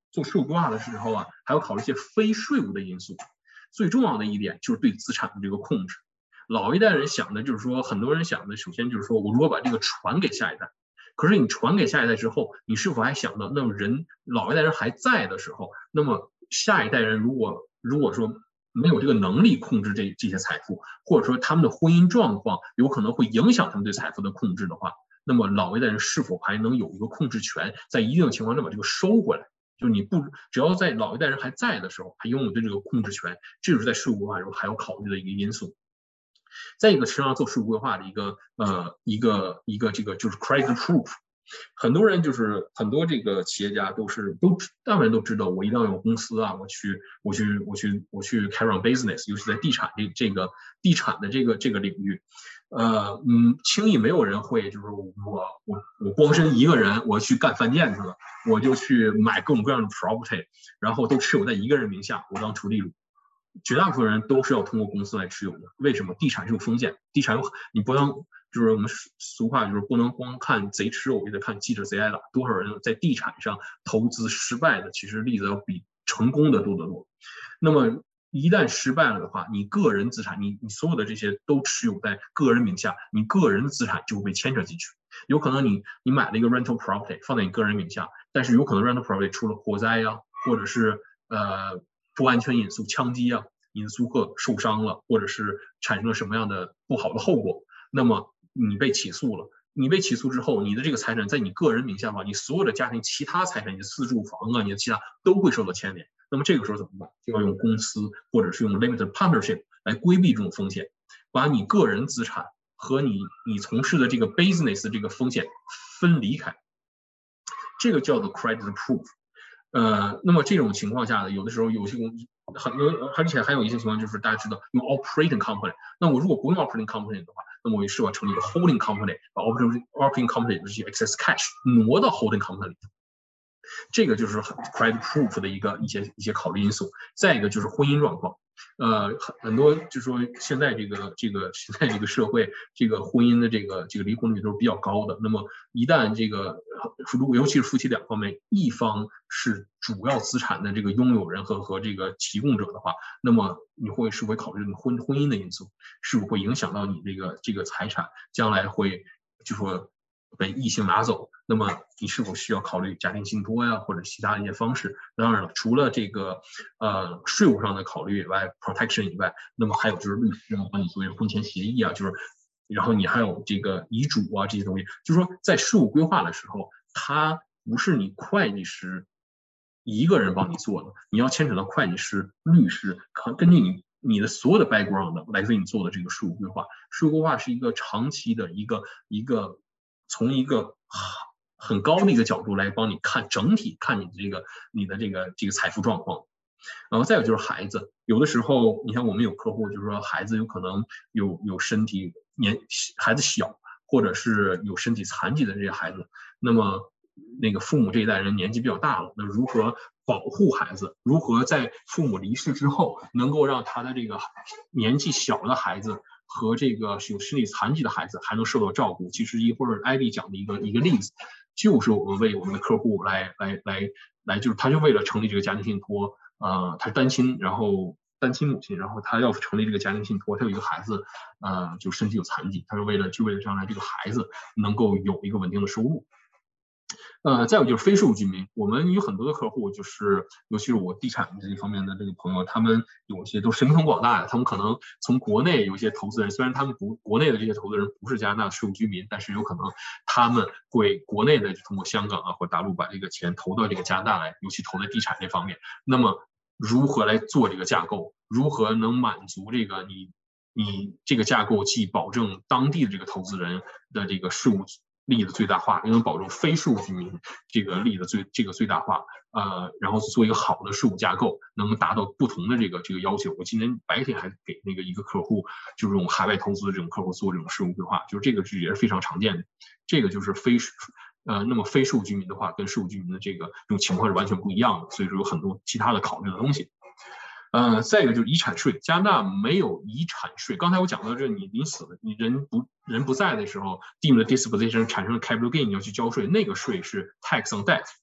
B: 做税务规划的时候啊，还要考虑一些非税务的因素。最重要的一点就是对资产的这个控制。老一代人想的就是说，很多人想的首先就是说我如何把这个传给下一代。可是你传给下一代之后，你是否还想到，那么人老一代人还在的时候，那么下一代人如果如果说没有这个能力控制这这些财富，或者说他们的婚姻状况有可能会影响他们对财富的控制的话，那么老一代人是否还能有一个控制权，在一定的情况下把这个收回来？就是你不只要在老一代人还在的时候，还拥有对这个控制权，这就是在税务规划中还要考虑的一个因素。再一个，实际上做税务规划的一个呃一个一个这个就是 credit proof。很多人就是很多这个企业家都是都大部分人都知道，我一定要有公司啊，我去我去我去我去 carry on business， 尤其在地产这这个地产的这个这个领域，呃嗯，轻易没有人会就是我我我光身一个人我去干饭店去了，我就去买各种各样的 property， 然后都持有在一个人名下，我当处理主。绝大部分人都是要通过公司来持有的。为什么？地产是有风险，地产有你不能就是我们俗话就是不能光看贼吃肉，也得看记者贼挨打。多少人在地产上投资失败的，其实例子要比成功的多得多。那么一旦失败了的话，你个人资产，你你所有的这些都持有在个人名下，你个人的资产就会被牵扯进去。有可能你你买了一个 rental property 放在你个人名下，但是有可能 rental property 出了火灾呀、啊，或者是呃。不安全因素，枪击啊，你的租客受伤了，或者是产生了什么样的不好的后果，那么你被起诉了。你被起诉之后，你的这个财产在你个人名下吧，你所有的家庭其他财产，你的自住房啊，你的其他都会受到牵连。那么这个时候怎么办？就要用公司或者是用 limited partnership 来规避这种风险，把你个人资产和你你从事的这个 business 的这个风险分离开。这个叫做 credit proof。呃，那么这种情况下呢，有的时候有些公司很多，而且还有一些情况就是大家知道用 operating company。那我如果不用 operating company 的话，那么我是否成立一个 holding company， 把 operating operating company 的这些 excess cash 挪到 holding company 里头。这个就是 credit proof 的一个一些一些考虑因素。再一个就是婚姻状况。呃，很多就是说现在这个这个现在这个社会，这个婚姻的这个这个离婚率都是比较高的。那么一旦这个如果尤其是夫妻两方面一方是主要资产的这个拥有人和和这个提供者的话，那么你会是会考虑婚婚姻的因素，是否会影响到你这个这个财产将来会就说被异性拿走，那么你是否需要考虑家庭信托呀，或者其他一些方式？当然了，除了这个呃税务上的考虑以外 ，protection 以外，那么还有就是律师帮你做一个婚前协议啊，就是然后你还有这个遗嘱啊这些东西，就是说在税务规划的时候，它不是你会计师一个人帮你做的，你要牵扯到会计师、律师，根据你你的所有的 background 来为你做的这个税务规划。税务规划是一个长期的一个一个。从一个很高的一个角度来帮你看整体，看你的这个你的这个这个财富状况。然后再有就是孩子，有的时候你看我们有客户就是说孩子有可能有有身体年孩子小，或者是有身体残疾的这些孩子，那么那个父母这一代人年纪比较大了，那如何保护孩子？如何在父母离世之后，能够让他的这个年纪小的孩子和这个有身体残疾的孩子还能受到照顾？其实一会儿艾迪讲的一个一个例子，就是我们为我们的客户来来来来，就是他就为了成立这个家庭信托，呃，他单亲，然后单亲母亲，然后他要成立这个家庭信托，他有一个孩子，呃，就身体有残疾，他是为了就为了将来这个孩子能够有一个稳定的收入。呃，再有就是非税务居民，我们有很多的客户，就是尤其是我地产这一方面的这个朋友，他们有些都神通广大的，他们可能从国内有些投资人，虽然他们不国内的这些投资人不是加拿大税务居民，但是有可能他们会国内的通过香港啊或大陆把这个钱投到这个加拿大来，尤其投在地产这方面。那么如何来做这个架构？如何能满足这个你你这个架构既保证当地的这个投资人的这个税务利益的最大化，又能保证非税务居民这个利益的最这个最大化，呃，然后做一个好的税务架构，能达到不同的这个这个要求。我今天白天还给那个一个客户，就是这种海外投资的这种客户做这种税务规划，就是这个是也是非常常见的。这个就是非呃，那么非税务居民的话，跟税务居民的这个这种情况是完全不一样的，所以说有很多其他的考虑的东西。呃，再一个就是遗产税，加拿大没有遗产税。刚才我讲到这，你你死了，你人不人不在的时候 ，deemed disposition 产生的 capital gain 你要去交税，那个税是 tax on death。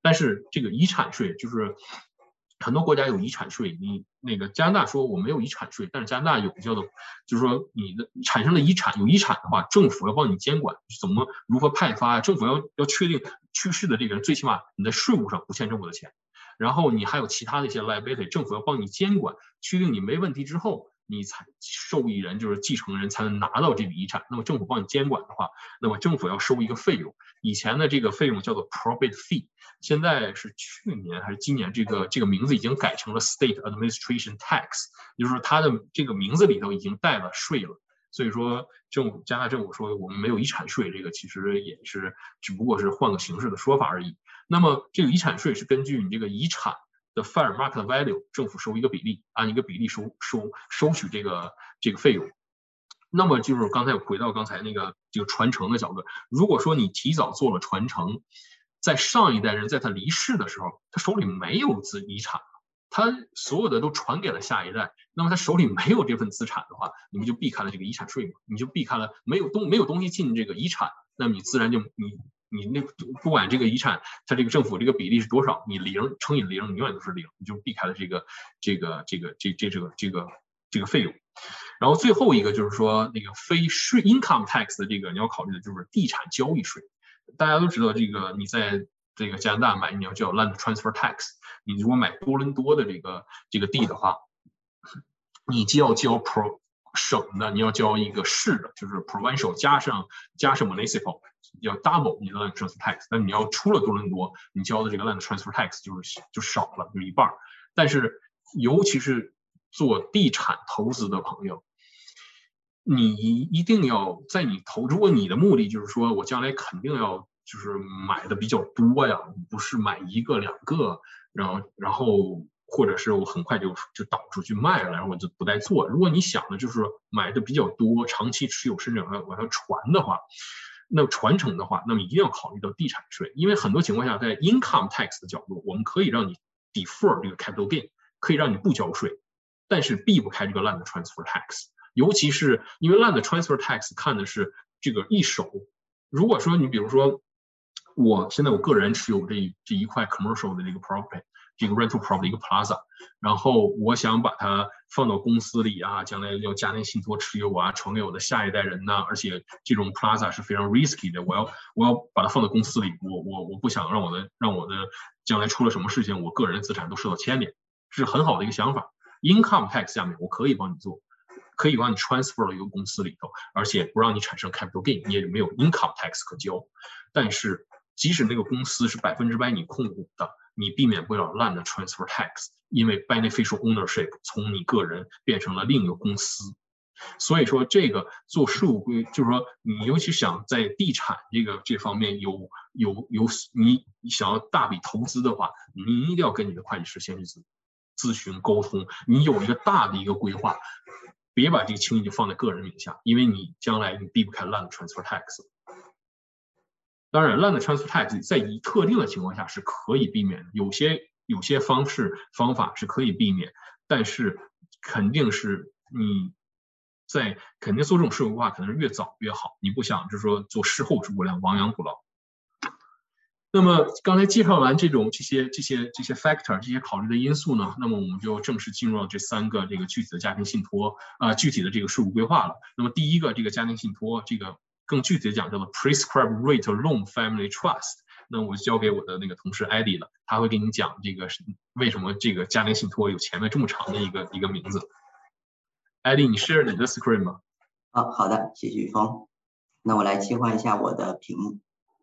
B: 但是这个遗产税就是很多国家有遗产税，你那个加拿大说我没有遗产税，但是加拿大有叫做，就是说你的产生了遗产有遗产的话，政府要帮你监管，怎么如何派发，政府要要确定去世的这个人最起码你在税务上不欠政府的钱，然后你还有其他的一些 liability， 政府要帮你监管，确定你没问题之后，你才受益人就是继承人才能拿到这笔遗产。那么政府帮你监管的话，那么政府要收一个费用，以前的这个费用叫做 probate fee， 现在是去年还是今年，这个这个名字已经改成了 state administration tax， 就是说它的这个名字里头已经带了税了。所以说，政府加拿大政府说我们没有遗产税，这个其实也是只不过是换个形式的说法而已。那么这个遗产税是根据你这个遗产的 fair market value， 政府收一个比例，按一个比例收收收取这个这个费用。那么就是刚才回到刚才那个这个传承的角度，如果说你提早做了传承，在上一代人在他离世的时候，他手里没有资遗产，他所有的都传给了下一代，那么他手里没有这份资产的话，你们就避开了这个遗产税嘛，你就避开了没有东没有东西进这个遗产，那么你自然就你你那不管这个遗产它这个政府这个比例是多少，你零乘以零，你永远都是零，你就避开了这个这个这个这这这个这个这个费用。然后最后一个就是说那个非税 income tax 的这个你要考虑的就是地产交易税。大家都知道这个你在这个加拿大买你要交 land transfer tax， 你如果买多伦多的这个这个地的话，你既要交 pro 省的，你要交一个市的，就是 provincial 加上加上 municipal， 要 double 你的 land transfer tax。但你要出了多伦多，你交的这个 land transfer tax 就是就少了，就一半。但是尤其是做地产投资的朋友，你一定要在你投，如果你的目的就是说我将来肯定要就是买的比较多呀，不是买一个两个，然后然后或者是我很快就就倒出去卖了，然后我就不再做。如果你想的就是买的比较多，长期持有，甚至往往上传的话，那传承的话，那么一定要考虑到地产税，因为很多情况下，在 income tax 的角度，我们可以让你 defer 这个 capital gain， 可以让你不交税，但是避不开这个 land transfer tax。尤其是因为 land transfer tax 看的是这个一手，如果说你比如说，我现在我个人持有这一这一块 commercial 的这个 property， 这个 rental property 一个 plaza， 然后我想把它放到公司里啊，将来要家庭信托持有啊，传给我的下一代人呐、啊，而且这种 plaza 是非常 risky 的，我要我要把它放到公司里，我我我不想让我的让我的将来出了什么事情，我个人资产都受到牵连，是很好的一个想法。income tax 下面我可以帮你做。可以帮你 transfer 到一个公司里头，而且不让你产生 capital gain， 你也没有 income tax 可交。但是即使那个公司是百分之百你控股的，你避免不了 land transfer tax， 因为 beneficial ownership 从你个人变成了另一个公司。所以说这个做税务规，就是说你尤其想在地产这个这方面有有有你想要大笔投资的话，你一定要跟你的会计师先去咨询沟通，你有一个大的一个规划。别把这个轻易就放在个人名下，因为你将来你避不开 land transfer tax。当然 ，land transfer tax 在一特定的情况下是可以避免的，有些有些方式方法是可以避免，但是肯定是你在肯定做这种税务规划，可能是越早越好。你不想就是说做事后诸葛亮，亡羊补牢。那么刚才介绍完这种这些这些这些 factor 这些考虑的因素呢，那么我们就正式进入到这三个这个具体的家庭信托啊、呃、具体的这个税务规划了。那么第一个这个家庭信托，这个更具体的讲叫做 prescribed rate loan family trust。那我交给我的那个同事 Eddie 了，他会给你讲这个为什么这个家庭信托有前面这么长的一个一个名字。Eddie， 你 share 你的 screen 吗？
C: 啊，好的，谢谢宇峰。那我来切换一下我的屏幕。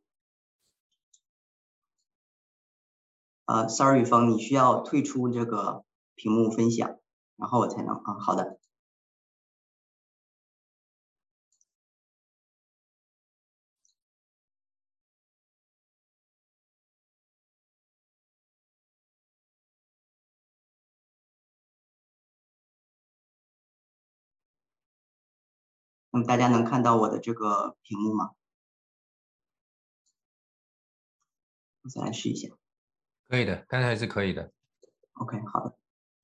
C: 呃 ，sorry， 宇峰，你需要退出这个屏幕分享，然后我才能啊，好的。那么大家能看到我的这个屏幕吗？我再来试一下。
A: 可以的，刚才是可以的。
C: OK， 好的。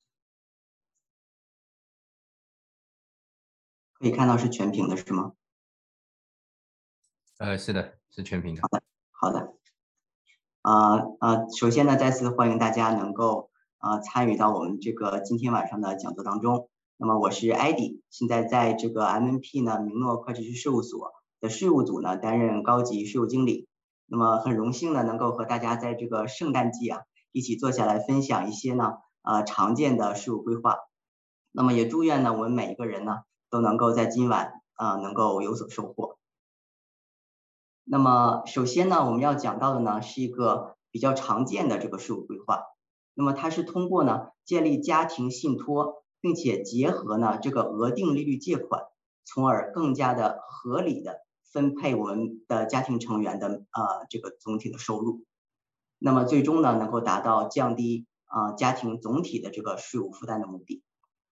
C: 可以看到是全屏的是吗？
A: 呃，是的，是全屏的。
C: 好的，好的。 啊呃，首先呢，再次欢迎大家能够呃参与到我们这个今天晚上的讲座当中。那么我是艾迪，现在在这个 M N P 呢明诺会计师事务所的税务组呢担任高级税务经理。那么很荣幸呢能够和大家在这个圣诞季啊一起坐下来分享一些呢呃常见的税务规划。那么也祝愿呢我们每一个人呢都能够在今晚啊、呃、能够有所收获。那么首先呢，我们要讲到的呢是一个比较常见的这个税务规划。那么它是通过呢建立家庭信托，并且结合呢这个额定利率借款，从而更加的合理的分配我们的家庭成员的呃这个总体的收入。那么最终呢能够达到降低啊、呃、家庭总体的这个税务负担的目的。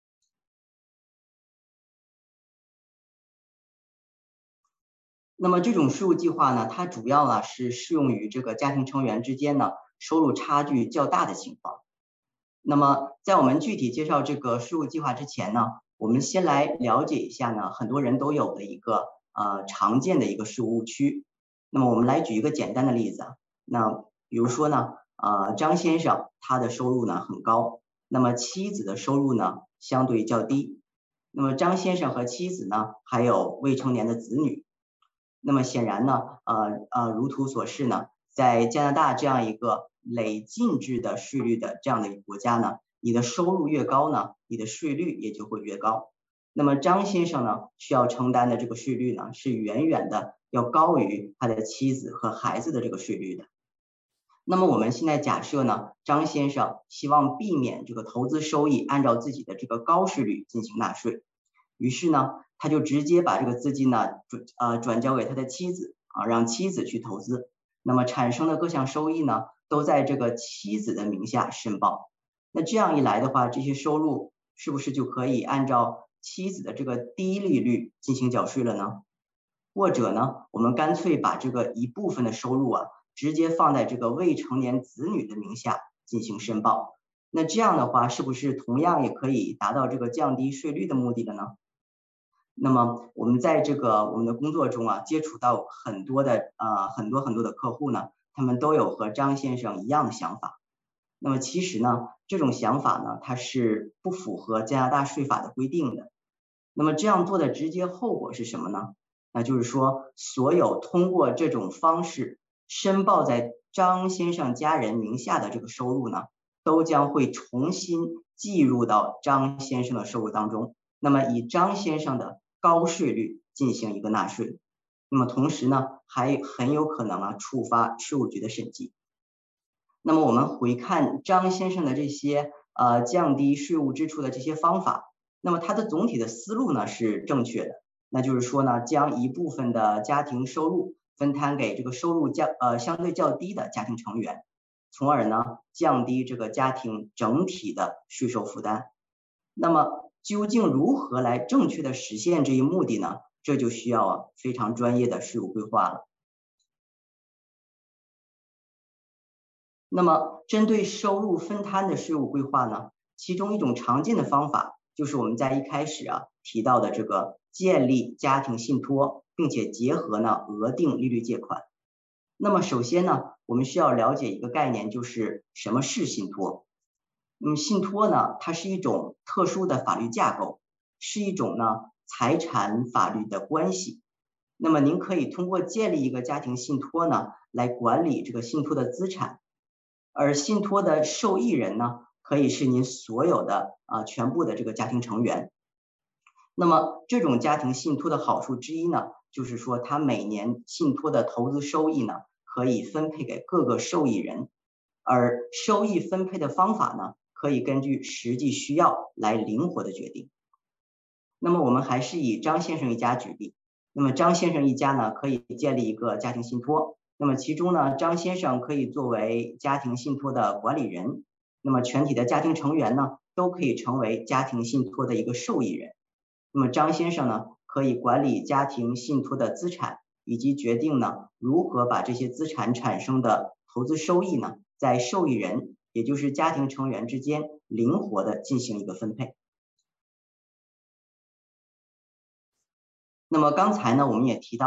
C: 那么这种税务计划呢，它主要呢是适用于这个家庭成员之间呢收入差距较大的情况。那么在我们具体介绍这个税务计划之前呢，我们先来了解一下呢很多人都有的一个呃常见的一个税务误区。那么我们来举一个简单的例子啊，那比如说呢，呃张先生他的收入呢很高，那么妻子的收入呢相对较低。那么张先生和妻子呢还有未成年的子女。那么显然呢，呃呃，如图所示呢，在加拿大这样一个累进制的税率的这样的一个国家呢，你的收入越高呢，你的税率也就会越高。那么张先生呢，需要承担的这个税率呢，是远远的要高于他的妻子和孩子的这个税率的。那么我们现在假设呢，张先生希望避免这个投资收益按照自己的这个高税率进行纳税，于是呢，他就直接把这个资金呢转呃转交给他的妻子啊，让妻子去投资。那么产生的各项收益呢，都在这个妻子的名下申报。那这样一来的话，这些收入是不是就可以按照妻子的这个低利率进行缴税了呢？或者呢，我们干脆把这个一部分的收入啊，直接放在这个未成年子女的名下进行申报。那这样的话，是不是同样也可以达到这个降低税率的目的的呢？那么我们在这个我们的工作中啊，接触到很多的呃很多很多的客户呢，他们都有和张先生一样的想法。那么其实呢，这种想法呢，它是不符合加拿大税法的规定的。那么这样做的直接后果是什么呢？那就是说，所有通过这种方式申报在张先生家人名下的这个收入呢，都将会重新计入到张先生的收入当中。那么以张先生的高税率进行一个纳税，那么同时呢，还很有可能啊触发税务局的审计。那么我们回看张先生的这些呃降低税务支出的这些方法，那么他的总体的思路呢是正确的，那就是说呢，将一部分的家庭收入分摊给这个收入较呃相对较低的家庭成员，从而呢降低这个家庭整体的税收负担。那么究竟如何来正确的实现这一目的呢？这就需要啊非常专业的税务规划了。那么针对收入分摊的税务规划呢，其中一种常见的方法就是我们在一开始啊提到的这个建立家庭信托，并且结合呢额定利率借款。那么首先呢，我们需要了解一个概念，就是什么是信托。那么信托呢，它是一种特殊的法律架构，是一种呢财产法律的关系。那么您可以通过建立一个家庭信托呢，来管理这个信托的资产，而信托的受益人呢，可以是您所有的啊、呃、全部的这个家庭成员。那么这种家庭信托的好处之一呢，就是说它每年信托的投资收益呢，可以分配给各个受益人，而收益分配的方法呢，可以根据实际需要来灵活的决定。那么我们还是以张先生一家举例，那么张先生一家呢，可以建立一个家庭信托，那么其中呢，张先生可以作为家庭信托的管理人，那么全体的家庭成员呢，都可以成为家庭信托的一个受益人。那么张先生呢，可以管理家庭信托的资产，以及决定呢，如何把这些资产产生的投资收益呢，在受益人，也就是家庭成员之间灵活的进行一个分配。那么刚才呢，我们也提到啊，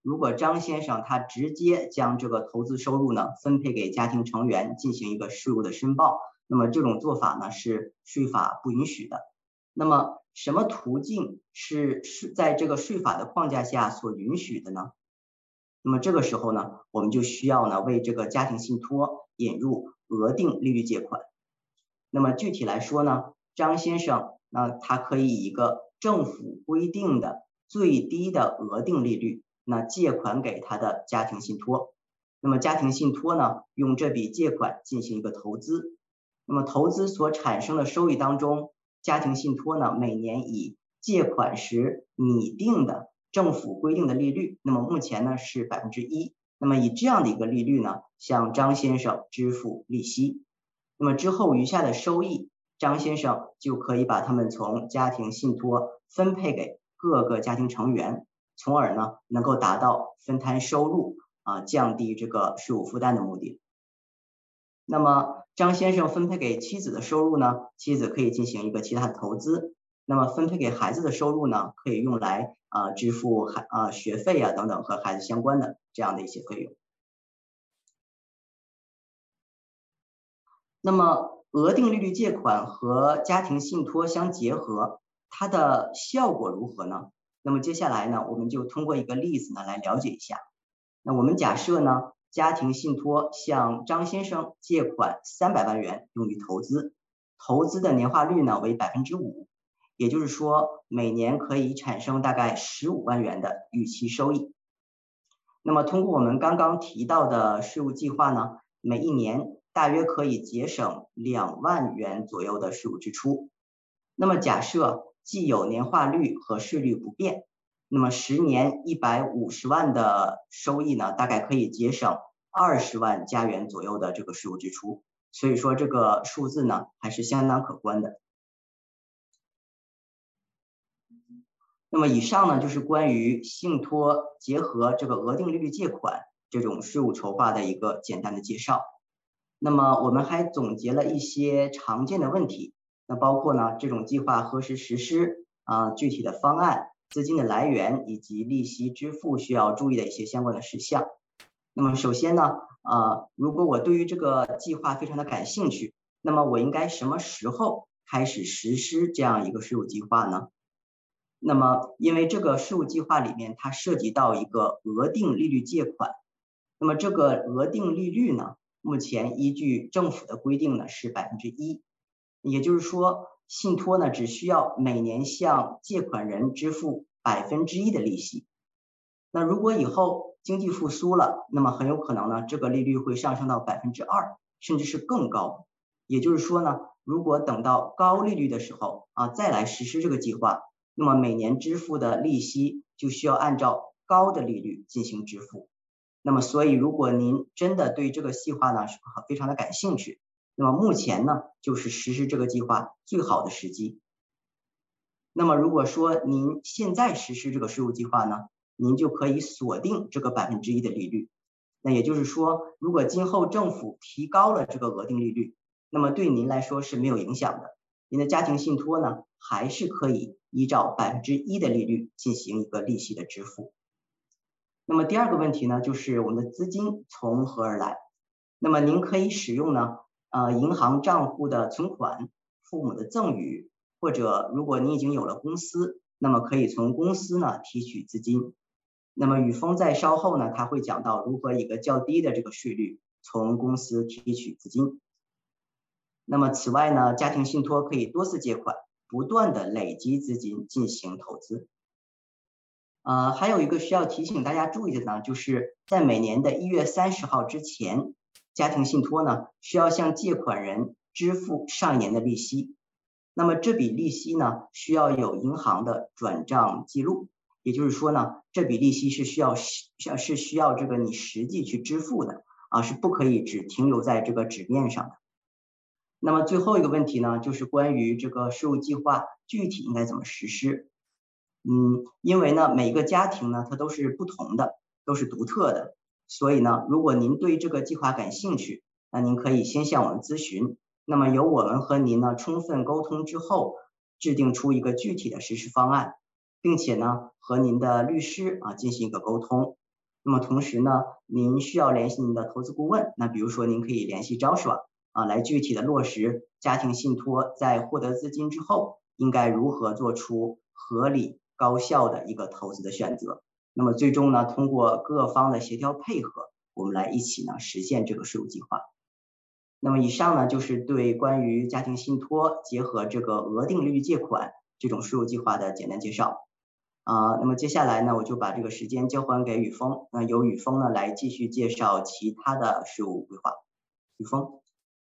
C: 如果张先生他直接将这个投资收入呢分配给家庭成员进行一个税务的申报，那么这种做法呢是税法不允许的。那么什么途径是是在这个税法的框架下所允许的呢？那么这个时候呢，我们就需要呢为这个家庭信托引入额定利率借款。那么具体来说呢，张先生那他可以以一个政府规定的最低的额定利率，那借款给他的家庭信托。那么家庭信托呢，用这笔借款进行一个投资。那么投资所产生的收益当中，家庭信托呢每年以借款时拟定的政府规定的利率，那么目前呢是百分之一。那么以这样的一个利率呢，向张先生支付利息。那么之后余下的收益，张先生就可以把它们从家庭信托分配给各个家庭成员，从而呢能够达到分摊收入啊，降低这个税务负担的目的。那么张先生分配给妻子的收入呢，妻子可以进行一个其他的投资。那么分配给孩子的收入呢，可以用来啊、呃、支付孩啊、呃、学费啊等等和孩子相关的这样的一些费用。那么额定利率借款和家庭信托相结合，它的效果如何呢？那么接下来呢，我们就通过一个例子呢来了解一下。那我们假设呢，家庭信托向张先生借款三百万元用于投资，投资的年化率呢为百分之五。也就是说，每年可以产生大概十五万元的预期收益。那么通过我们刚刚提到的税务计划呢，每一年大约可以节省两万元左右的税务支出。那么假设既有年化率和税率不变，那么十年一百五十万的收益呢，大概可以节省二十万加元左右的这个税务支出。所以说这个数字呢，还是相当可观的。那么以上呢，就是关于信托结合这个额定利率借款这种税务筹划的一个简单的介绍。那么我们还总结了一些常见的问题，那包括呢这种计划何时实施啊、具体的方案、资金的来源以及利息支付需要注意的一些相关的事项。那么首先呢，呃，如果我对于这个计划非常的感兴趣，那么我应该什么时候开始实施这样一个税务计划呢？那么因为这个税务计划里面它涉及到一个额定利率借款，那么这个额定利率呢，目前依据政府的规定呢是百分之一，也就是说信托呢只需要每年向借款人支付百分之一的利息。那如果以后经济复苏了，那么很有可能呢这个利率会上升到百分之二，甚至是更高。也就是说呢，如果等到高利率的时候啊再来实施这个计划，那么每年支付的利息就需要按照高的利率进行支付。那么所以如果您真的对这个计划呢是非常的感兴趣，那么目前呢就是实施这个计划最好的时机。那么如果说您现在实施这个税务计划呢，您就可以锁定这个百分之一的利率。那也就是说，如果今后政府提高了这个额定利率，那么对您来说是没有影响的。您的家庭信托呢，还是可以依照百分之一的利率进行一个利息的支付。那么第二个问题呢，就是我们的资金从何而来？那么您可以使用呢，呃，银行账户的存款、父母的赠与，或者如果您已经有了公司，那么可以从公司呢提取资金。那么宇峰在稍后呢，他会讲到如何以一个较低的这个税率从公司提取资金。那么此外呢，家庭信托可以多次借款，不断的累积资金进行投资。呃，还有一个需要提醒大家注意的呢，就是在每年的一月三十号之前，家庭信托呢需要向借款人支付上一年的利息。那么这笔利息呢需要有银行的转账记录，也就是说呢，这笔利息是需要是需要这个你实际去支付的啊，是不可以只停留在这个纸面上的。那么最后一个问题呢，就是关于这个税务计划具体应该怎么实施。嗯，因为呢每个家庭呢它都是不同的，都是独特的，所以呢如果您对这个计划感兴趣，那您可以先向我们咨询，那么由我们和您呢充分沟通之后，制定出一个具体的实施方案，并且呢和您的律师啊进行一个沟通。 那么同时呢，您需要联系您的投资顾问，那比如说您可以联系 Joshua 啊，来具体的落实家庭信托在获得资金之后应该如何做出合理高效的一个投资的选择。那么最终呢，通过各方的协调配合，我们来一起呢实现这个税务计划。那么以上呢就是对关于家庭信托结合这个额定利率借款这种税务计划的简单介绍。啊、呃，那么接下来呢，我就把这个时间交还给宇峰，那由宇峰呢来继续介绍其他的税务规划。宇峰。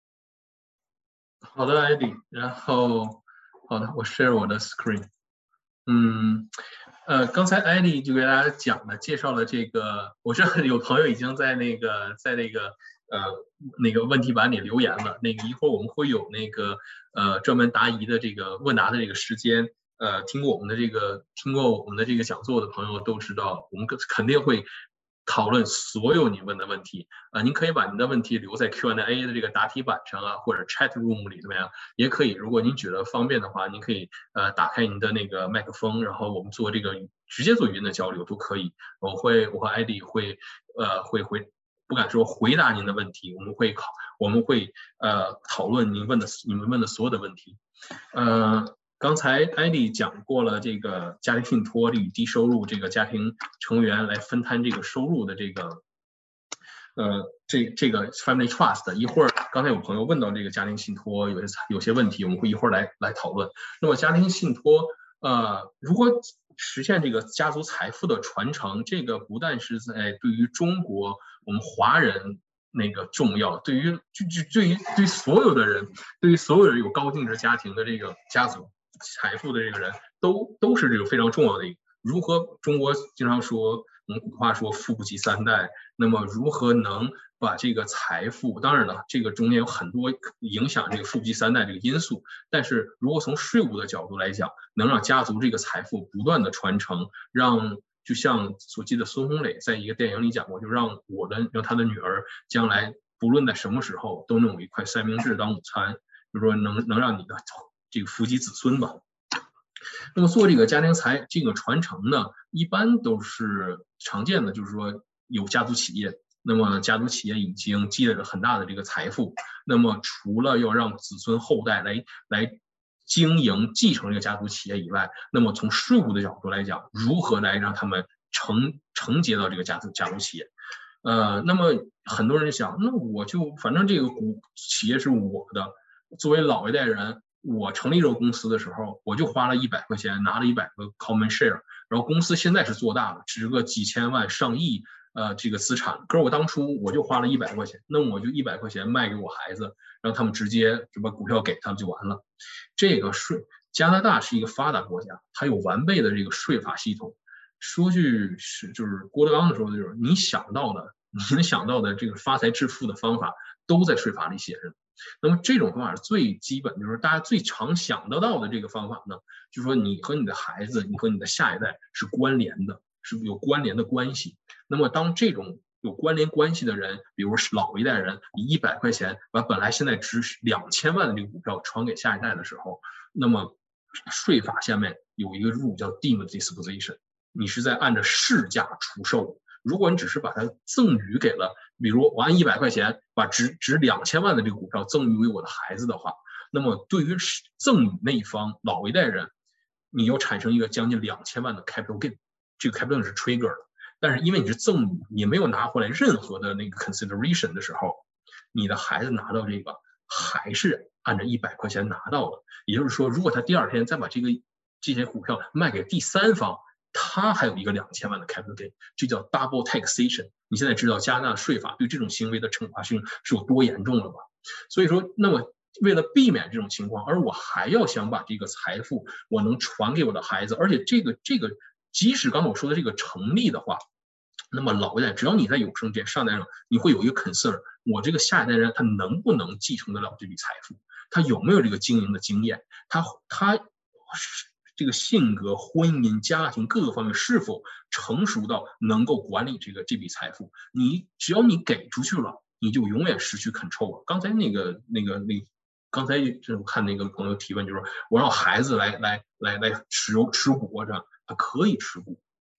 B: 好的 ，Eddie， 然后好的，我 share 我的 screen。嗯，呃，刚才 Eddie 就给大家讲了，介绍了这个，我知道有朋友已经在那个在那个呃那个问题板里留言了，那个一会儿我们会有那个呃专门答疑的这个问答的这个时间。呃，听过我们的这个听过我们的这个讲座的朋友都知道，我们肯定会讨论所有你问的问题。呃，您可以把您的问题留在 Q and A 的这个答题板上啊，或者 Chat Room 里怎么样？也可以，如果您觉得方便的话，您可以呃打开您的那个麦克风，然后我们做这个直接做语音的交流都可以。我会我和 Eddie 会呃会会不敢说回答您的问题，我们会考我们会呃讨论您问的你们问的所有的问题。呃。刚才艾迪讲过了，这个家庭信托与低收入这个家庭成员来分摊这个收入的这个，呃，这这个 family trust。一会儿刚才有朋友问到这个家庭信托有些有些问题，我们会一会儿来来讨论。那么家庭信托，呃，如果实现这个家族财富的传承，这个不但是在对于中国我们华人那个重要，对于就就对于对于所有的人，对于所有人有高净值家庭的这个家族财富的这个人都都是这个非常重要的一个。如何中国经常说我们古话说富不及三代，那么如何能把这个财富，当然了，这个中间有很多影响这个富不及三代这个因素，但是如果从税务的角度来讲，能让家族这个财富不断的传承，让就像所记得孙红雷在一个电影里讲过，就让我的让他的女儿将来不论在什么时候都能有一块三明治当午餐，就是说能能让你的这个福及子孙吧。那么做这个家庭财这个传承呢，一般都是常见的，就是说有家族企业，那么家族企业已经积累了很大的这个财富，那么除了要让子孙后代来来经营继承这个家族企业以外，那么从税务的角度来讲，如何来让他们承承接到这个家族家族企业？呃，那么很多人想，那我就反正这个股企业是我的，作为老一代人，我成立这个公司的时候，我就花了一百块钱，拿了一百个 common share， 然后公司现在是做大了，值个几千万、上亿呃这个资产，可是我当初我就花了一百块钱，那我就一百块钱卖给我孩子，让他们直接就把股票给他们就完了。这个税，加拿大是一个发达国家，它有完备的这个税法系统。说句是就是郭德纲的时候，就是你想到的，你能想到的这个发财致富的方法，都在税法里写着。那么这种方法是最基本，就是大家最常想得到的这个方法呢，就是说你和你的孩子，你和你的下一代是关联的，是有关联的关系。那么当这种有关联关系的人，比如是老一代人，以一百块钱把本来现在值两千万的这个股票传给下一代的时候，那么税法下面有一个入叫 deemed disposition， 你是在按照市价出售。如果你只是把它赠与给了，比如我按一百块钱把值值两千万的这个股票赠与给我的孩子的话，那么对于赠与那一方老一代人，你要产生一个将近两千万的 capital gain， 这个 capital gain 是 trigger 的。但是因为你是赠与，你没有拿回来任何的那个 consideration 的时候，你的孩子拿到这个还是按照一百块钱拿到的。也就是说，如果他第二天再把这个这些股票卖给第三方，他还有一个两千万的 capital gain， 这叫 double taxation。你现在知道加拿大的税法对这种行为的惩罚性是有多严重了吧？所以说，那么为了避免这种情况，而我还要想把这个财富我能传给我的孩子，而且这个这个即使刚才我说的这个成立的话，那么老一代只要你在有生之年上代上，你会有一个 concern， 我这个下一代人他能不能继承得了这笔财富？他有没有这个经营的经验？他他这个性格、婚姻、家庭各个方面是否成熟到能够管理这个这笔财富？你只要你给出去了，你就永远失去 control 了。刚才那个那个那刚才我看那个朋友提问，就是我让孩子来来来来持有持股这样，他可以持股，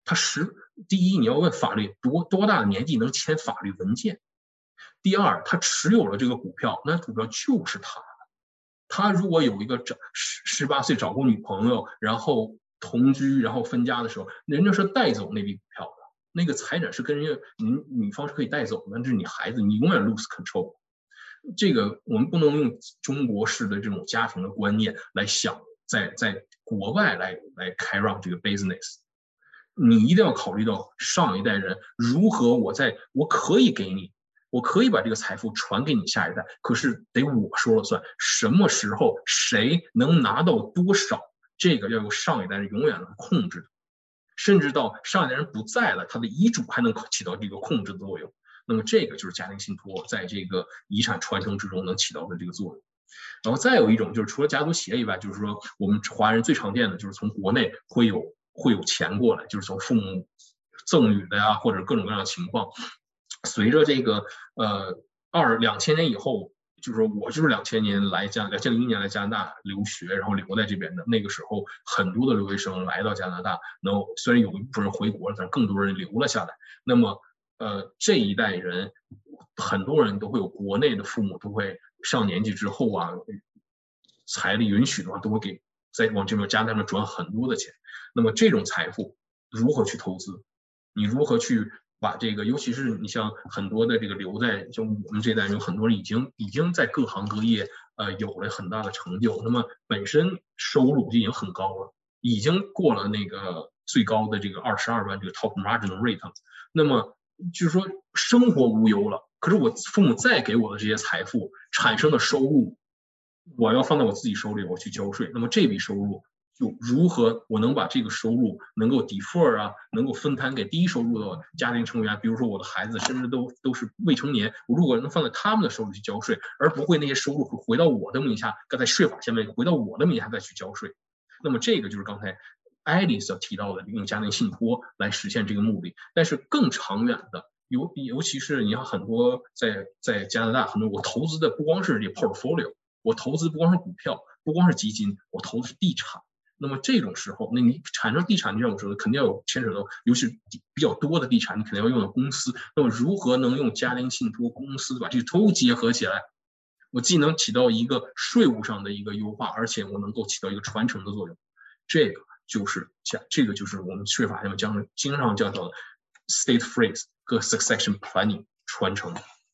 B: 他十第一你要问法律多多大的年纪能签法律文件，第二他持有了这个股票，那股票就是他的。他如果有一个找十十八岁找过女朋友，然后同居，然后分家的时候，人家是带走那笔股票的，那个财产是跟人家女女方是可以带走的，那是你孩子，你永远 lose control。这个我们不能用中国式的这种家庭的观念来想，在在国外来来开让这个 business。你一定要考虑到上一代人如何，我在我可以给你。我可以把这个财富传给你下一代，可是得我说了算。什么时候谁能拿到多少，这个要由上一代人永远能控制的，甚至到上一代人不在了，他的遗嘱还能起到这个控制的作用。那么这个就是家庭信托在这个遗产传承之中能起到的这个作用。然后再有一种就是除了家族企业以外，就是说我们华人最常见的就是从国内会有会有钱过来，就是从父母赠与的呀，或者各种各样的情况。随着这个呃二两千年以后，就是说我就是两千年来加两千零一年来加拿大留学，然后留在这边的。那个时候很多的留学生来到加拿大，然后虽然有一部分人回国了，但是更多人留了下来。那么呃这一代人，很多人都会有国内的父母都会上年纪之后啊，财力允许的话，都会给在往这边加拿大转很多的钱。那么这种财富如何去投资？你如何去？把这个，尤其是你像很多的这个留在，就我们这代人有很多人已经已经在各行各业呃有了很大的成就，那么本身收入就已经很高了，已经过了那个最高的这个二十二万这个 top marginal rate， 那么就是说生活无忧了。可是我父母再给我的这些财富产生的收入，我要放在我自己手里，我去交税。那么这笔收入。就如何我能把这个收入能够 defer 啊，能够分摊给低收入的家庭成员，比如说我的孩子甚至都都是未成年，我如果能放在他们的手里去交税，而不会那些收入会回到我的名下，在税法下面回到我的名下再去交税。那么这个就是刚才爱丽丝提到的用家庭信托来实现这个目的。但是更长远的，尤尤其是你看很多在在加拿大，很多我投资的不光是这 portfolio， 我投资不光是股票，不光是基金，我投资是地产。那么这种时候，那你产生地产，你像我说的，肯定要有牵扯到，尤其比较多的地产，你肯定要用到公司。那么如何能用家庭信托公司把这都结合起来？我既能起到一个税务上的一个优化，而且我能够起到一个传承的作用。这个就是这个就是我们税法上讲经常叫做 state freeze 和 succession planning 传承。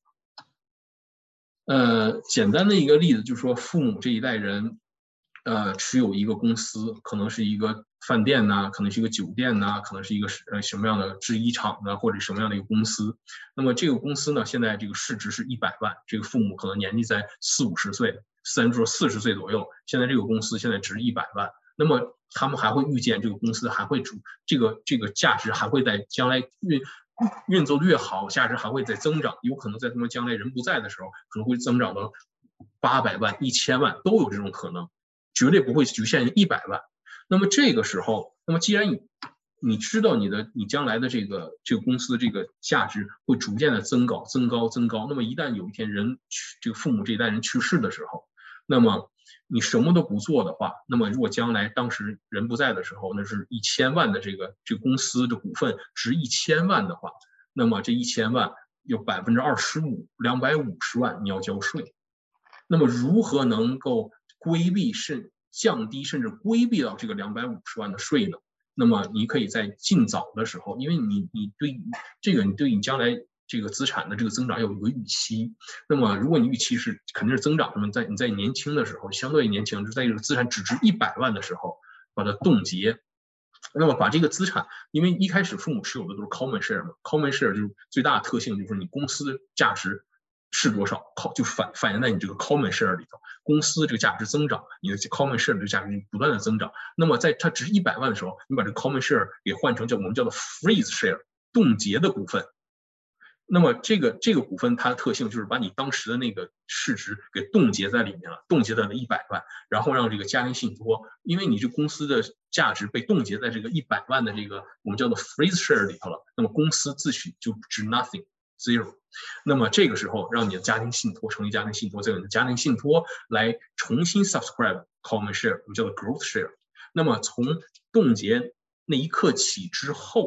B: 呃，简单的一个例子就是说，父母这一代人。呃，持有一个公司，可能是一个饭店呐、啊，可能是一个酒店呐、啊，可能是一个呃什么样的制衣厂呢，或者什么样的一个公司。那么这个公司呢，现在这个市值是一百万，这个父母可能年纪在四五十岁，三至四十岁左右。现在这个公司现在值一百万，那么他们还会预见这个公司还会主这个这个价值还会在将来运运作的越好，价值还会在增长，有可能在他们将来人不在的时候，可能会增长到八百万、一千万都有这种可能。绝对不会局限于一百万。那么这个时候，那么既然你你知道你的你将来的这个这个公司的这个价值会逐渐的增高、增高、增高。那么一旦有一天人这个父母这一代人去世的时候，那么你什么都不做的话，那么如果将来当时人不在的时候，那是一千万的这个这个公司的股份值一千万的话，那么这一千万有百分之二十五，两百五十万你要交税。那么如何能够规避甚降低甚至规避到这个两百五十万的税呢？那么你可以在尽早的时候，因为你你对这个你对你将来这个资产的这个增长要有一个预期。那么如果你预期是肯定是增长，那么在你在年轻的时候，相对年轻，就是在这个资产只值一百万的时候，把它冻结。那么把这个资产，因为一开始父母持有的都是 common share 嘛 ，common share 就是最大的特性就是你公司的价值。是多少？就反反映在你这个 common share 里头，公司这个价值增长，你的 common share 的价值不断的增长。那么在它值一百万的时候，你把这个 common share 给换成叫我们叫做 freeze share 冻结的股份。那么这个这个股份它的特性就是把你当时的那个市值给冻结在里面了，冻结在了一百万，然后让这个家庭信托，因为你这公司的价值被冻结在这个一百万的这个我们叫做 freeze share 里头了，那么公司自诩就值 nothing zero。那么这个时候，让你的家庭信托成立家庭信托，再用你的家庭信托来重新 subscribe common share， 我们叫做 growth share。那么从冻结那一刻起之后，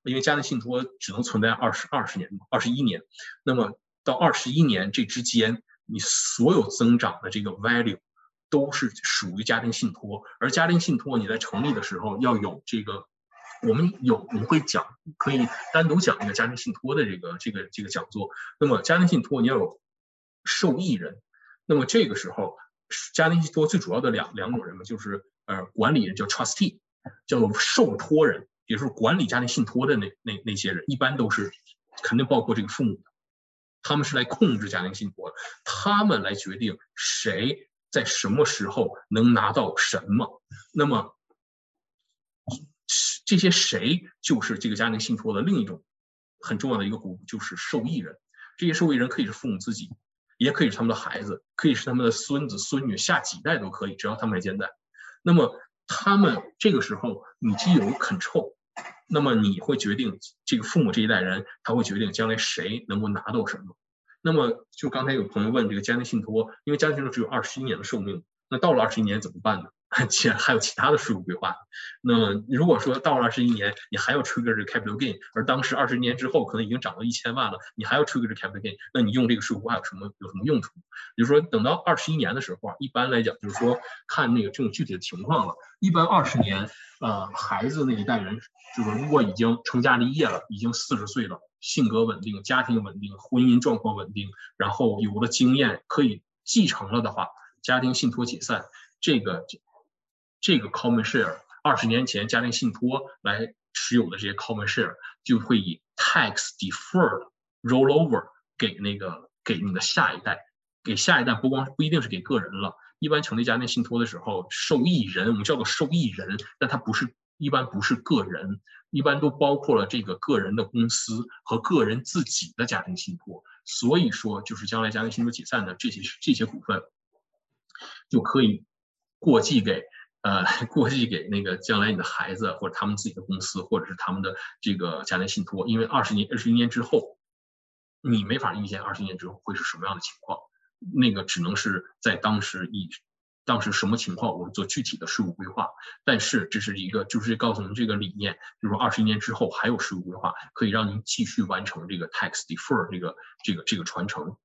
B: 因为家庭信托只能存在二十二十年嘛，二十一年，那么到二十一年这之间，你所有增长的这个 value 都是属于家庭信托，而家庭信托你在成立的时候要有这个，我们有我们会讲，可以单独讲一个家庭信托的这个这个这个讲座。那么家庭信托你要有受益人，那么这个时候家庭信托最主要的两两种人嘛，就是呃管理人叫 trustee， 叫做受托人，也就是管理家庭信托的那那那些人，一般都是肯定包括这个父母的，他们是来控制家庭信托的，他们来决定谁在什么时候能拿到什么。那么这些谁就是这个家庭信托的另一种很重要的一个股，就是受益人。这些受益人可以是父母自己，也可以是他们的孩子，可以是他们的孙子孙女，下几代都可以，只要他们还健在。那么他们这个时候你既有 control， 那么你会决定这个父母这一代人，他会决定将来谁能够拿到什么。那么就刚才有朋友问这个家庭信托，因为家庭信托只有二十一年的寿命，那到了二十一年怎么办呢？其实还有其他的税务规划。那么如果说到了二十一年，你还要 trigger 这个 capital gain， 而当时二十年之后可能已经涨到一千万了，你还要 trigger 这 capital gain， 那你用这个税务规划有什么有什么用处？比如说等到二十一年的时候啊，一般来讲就是说看那个这种具体的情况了。一般二十年，呃，孩子那一代人就是如果已经成家立业了，已经四十岁了，性格稳定，家庭稳定，婚姻状况稳定，然后有了经验可以继承了的话，家庭信托解散，这个这个 common share 二十年前家庭信托来持有的这些 common share 就会以 tax deferred rollover 给那个给你的下一代，给下一代不光不一定是给个人了，一般成立家庭信托的时候，受益人我们叫做受益人，但它不是一般不是个人，一般都包括了这个个人的公司和个人自己的家庭信托。所以说，就是将来家庭信托解散的这些这些股份，就可以过继给呃过继给那个将来你的孩子或者他们自己的公司或者是他们的这个家庭信托，因为二十年二十一年之后，你没法预见二十年之后会是什么样的情况，那个只能是在当时以。当时什么情况，我们做具体的税务规划。但是这是一个，就是告诉我们这个理念，就是说二十年之后还有税务规划，可以让您继续完成这个 tax defer 这个这个这个传承。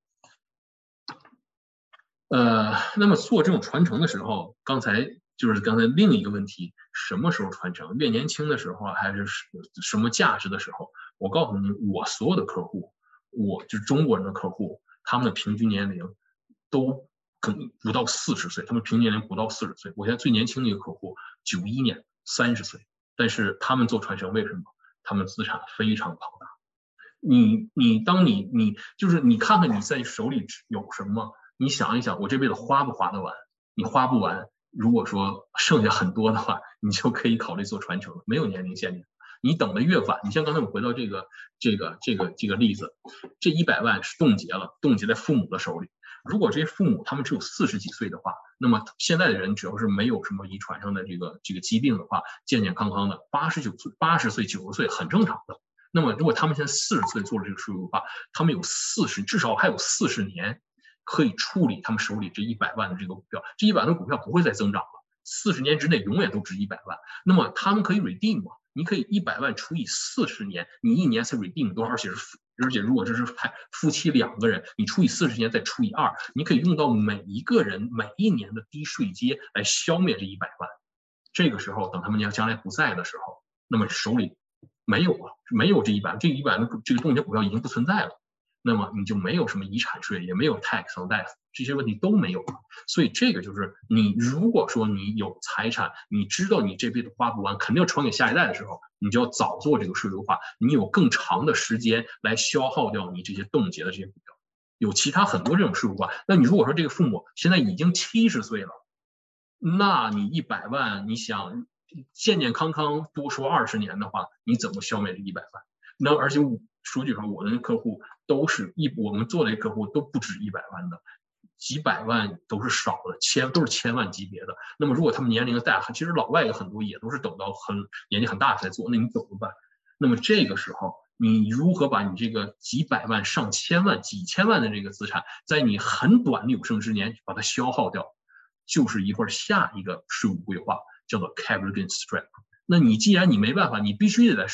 B: 呃，那么做这种传承的时候，刚才就是刚才另一个问题，什么时候传承？越年轻的时候还是什么价值的时候？我告诉你，我所有的客户，我就是中国人的客户，他们的平均年龄都。可能不到四十岁，他们平均年龄不到四十岁。我现在最年轻的一个客户，九一年，三十岁，但是他们做传承，为什么？他们资产非常庞大。你你当你你就是你看看你在手里有什么，你想一想，我这辈子花不花得完？你花不完，如果说剩下很多的话，你就可以考虑做传承，没有年龄限制。你等的越晚，你像刚才我回到这个这个这个这个例子，这一百万是冻结了，冻结在父母的手里。如果这些父母他们只有四十几岁的话，那么现在的人只要是没有什么遗传上的这个这个疾病的话，健健康康的，八十九岁、八十岁、九十岁很正常的。那么如果他们现在四十岁做了这个税务规划，他们有四十，至少还有四十年可以处理他们手里这一百万的这个股票，这一百万的股票不会再增长了，四十年之内永远都值一百万。那么他们可以 redeem 吗？你可以一百万除以四十年，你一年才 redeem 多少？而且是而且如果这是夫妻两个人，你除以四十年再除以二，你可以用到每一个人每一年的低税阶来消灭这一百万。这个时候等他们将来不在的时候，那么手里没有了，没有这一百，这一百的这个冻结股票已经不存在了。那么你就没有什么遗产税，也没有 tax on death， 这些问题都没有了。所以这个就是你如果说你有财产，你知道你这辈子花不完，肯定要传给下一代的时候，你就要早做这个税务规划，你有更长的时间来消耗掉你这些冻结的这些股票。有其他很多这种税务规划。那你如果说这个父母现在已经七十岁了，那你一百万，你想健健康康多说二十年的话，你怎么消灭这一百万？那而且说句实话，我的客户都是一我们做的客户都不止一百万的，几百万都是少的，千都是千万级别的。那么如果他们年龄大，其实老外有很多也都是等到很年纪很大才做，那你怎么办？那么这个时候你如何把你这个几百万、上千万、几千万的这个资产，在你很短的有生之年把它消耗掉，就是一会儿下一个税务规划叫做 capital gain strip。那你既然你没办法，你必须得在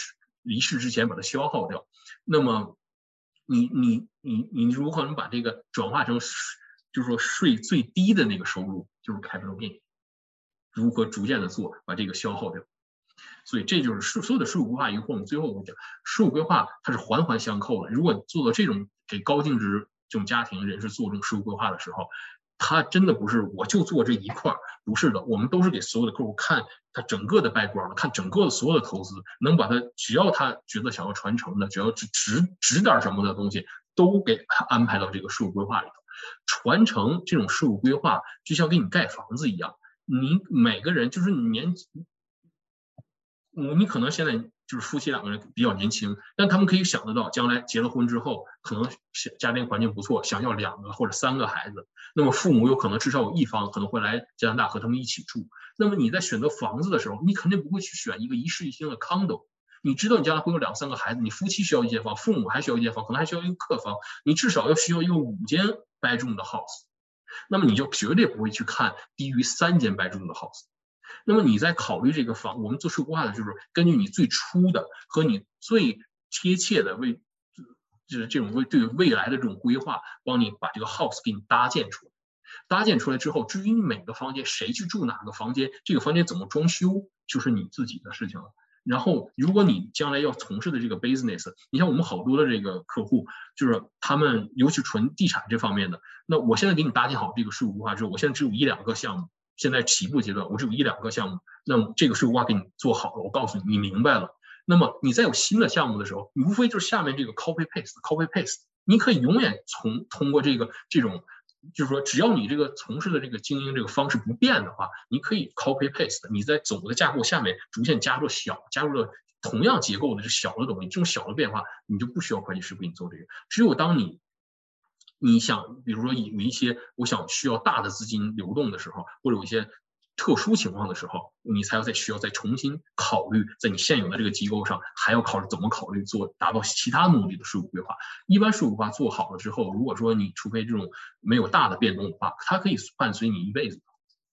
B: 离世之前把它消耗掉。那么你你你你如何能把这个转化成就是说税最低的那个收入，就是 capital gain， 如何逐渐的做把这个消耗掉。所以这就是所有的税务规划，一会儿我们最后我讲，税务规划它是环环相扣的。如果做到这种给高净值这种家庭人士做这种税务规划的时候，他真的不是我就做这一块，不是的，我们都是给所有的客户看他整个的 background， 看整个的所有的投资，能把他只要他觉得想要传承的，只要值值点什么的东西，都给他安排到这个税务规划里头。传承这种税务规划就像给你盖房子一样，你每个人就是你年。你可能现在就是夫妻两个人比较年轻，但他们可以想得到，将来结了婚之后，可能家庭环境不错，想要两个或者三个孩子，那么父母有可能至少有一方可能会来加拿大和他们一起住。那么你在选择房子的时候，你肯定不会去选一个一室一厅的 condo， 你知道你将来会有两三个孩子，你夫妻需要一间房，父母还需要一间房，可能还需要一个客房，你至少要需要一个五间 bedroom 的 house， 那么你就绝对不会去看低于三间 bedroom 的 house。那么你在考虑这个房，我们做税务规划的就是根据你最初的和你最贴切的为，就是这种为对未来的这种规划，帮你把这个 house 给你搭建出来。搭建出来之后，至于你每个房间谁去住哪个房间，这个房间怎么装修，就是你自己的事情了。然后，如果你将来要从事的这个 business， 你像我们好多的这个客户，就是他们尤其纯地产这方面的，那我现在给你搭建好这个税务规划之后，我现在只有一两个项目。现在起步阶段，我只有一两个项目，那么这个税务规划给你做好了，我告诉你，你明白了。那么你再有新的项目的时候，你无非就是下面这个 copy paste，copy paste， 你可以永远从通过这个这种，就是说，只要你这个从事的这个经营这个方式不变的话，你可以 copy paste， 你在总的架构下面逐渐加入小，加入了同样结构的这小的东西，这种小的变化，你就不需要会计师给你做这个。只有当你你想，比如说有一些我想需要大的资金流动的时候，或者有一些特殊情况的时候，你才要再需要再重新考虑，在你现有的这个机构上，还要考虑怎么考虑做达到其他目的的税务规划。一般税务规划做好了之后，如果说你除非这种没有大的变动的话，它可以伴随你一辈子。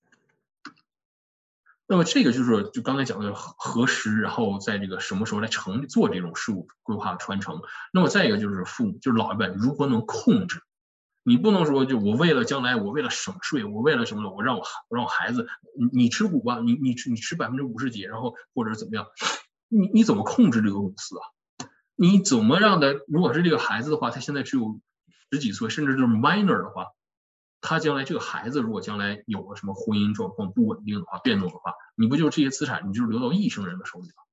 B: 那么这个就是就刚才讲的核实，然后在这个什么时候来成做这种税务规划传承。那么再一个就是父母，就是老一辈如何能控制。你不能说就我为了将来，我为了省税，我为了什么了？我让我我让我孩子，你你持股吧，你你你持百分之五十几，然后或者怎么样？你你怎么控制这个公司啊？你怎么让他？如果是这个孩子的话，他现在只有十几岁，甚至就是 minor 的话，他将来这个孩子如果将来有了什么婚姻状况不稳定的话、变动的话，你不就是这些资产，你就是留到异性人的手里了？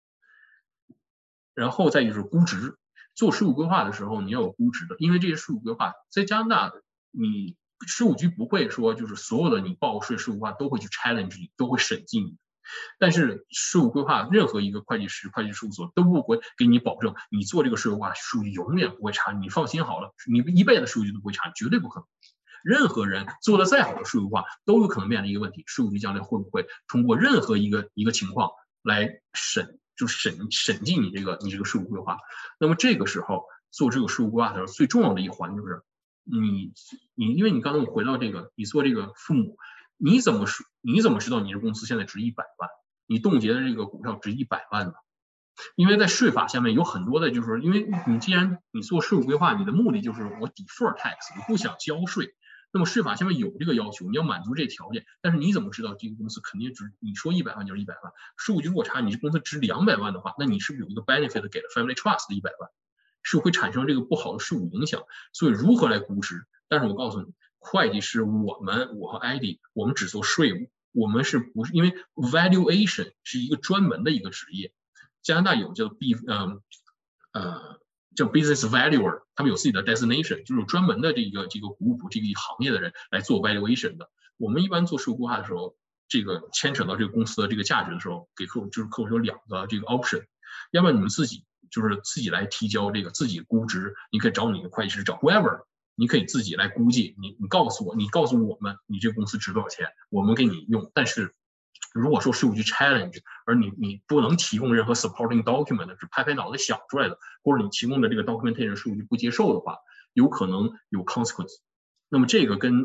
B: 然后再就是估值。做税务规划的时候，你要有估值的，因为这些税务规划在加拿大，你税务局不会说就是所有的你报税税务规划都会去 challenge 你，都会审计你。但是税务规划，任何一个会计师、会计事务所都不会给你保证，你做这个税务规划数据永远不会差，你放心好了，你一辈子数据都不会差，绝对不可能。任何人做的再好的税务规划，都有可能面临一个问题：税务局将来会不会通过任何一个一个情况来审？就审审计你这个你这个税务规划。那么这个时候做这个税务规划的时候，最重要的一环就是你你因为你刚才我回到这个，你做这个父母，你怎么你怎么知道你这公司现在值一百万？你冻结的这个股票值一百万呢？因为在税法下面有很多的，就是因为你既然你做税务规划，你的目的就是我 defer tax， 我不想交税。那么税法下面有这个要求，你要满足这条件，但是你怎么知道这个公司肯定值？你说一百万就是一百万，税务局如果查你这公司值两百万的话，那你是不是有一个 benefit 给了 family trust 的一百万，是会产生这个不好的税务影响？所以如何来估值？但是我告诉你，会计师我们我和 I D 我们只做税务，我们是不是因为 valuation 是一个专门的一个职业？加拿大有叫 B 嗯呃。叫 business valuer， 他们有自己的 designation， 就是专门的这个这个 group 这个行业的人来做 valuation 的。我们一般做税务规划的时候，这个牵扯到这个公司的这个价值的时候，给客户就是客户有两个这个 option， 要不然你们自己就是自己来提交这个自己估值，你可以找你的会计师，找 whoever， 你可以自己来估计，你你告诉我，你告诉我们你这个公司值多少钱，我们给你用，但是。如果说税务局 challenge， 而你你不能提供任何 supporting document， 是拍拍脑袋想出来的，或者你提供的这个 documentation 税务局不接受的话，有可能有 consequence。那么这个跟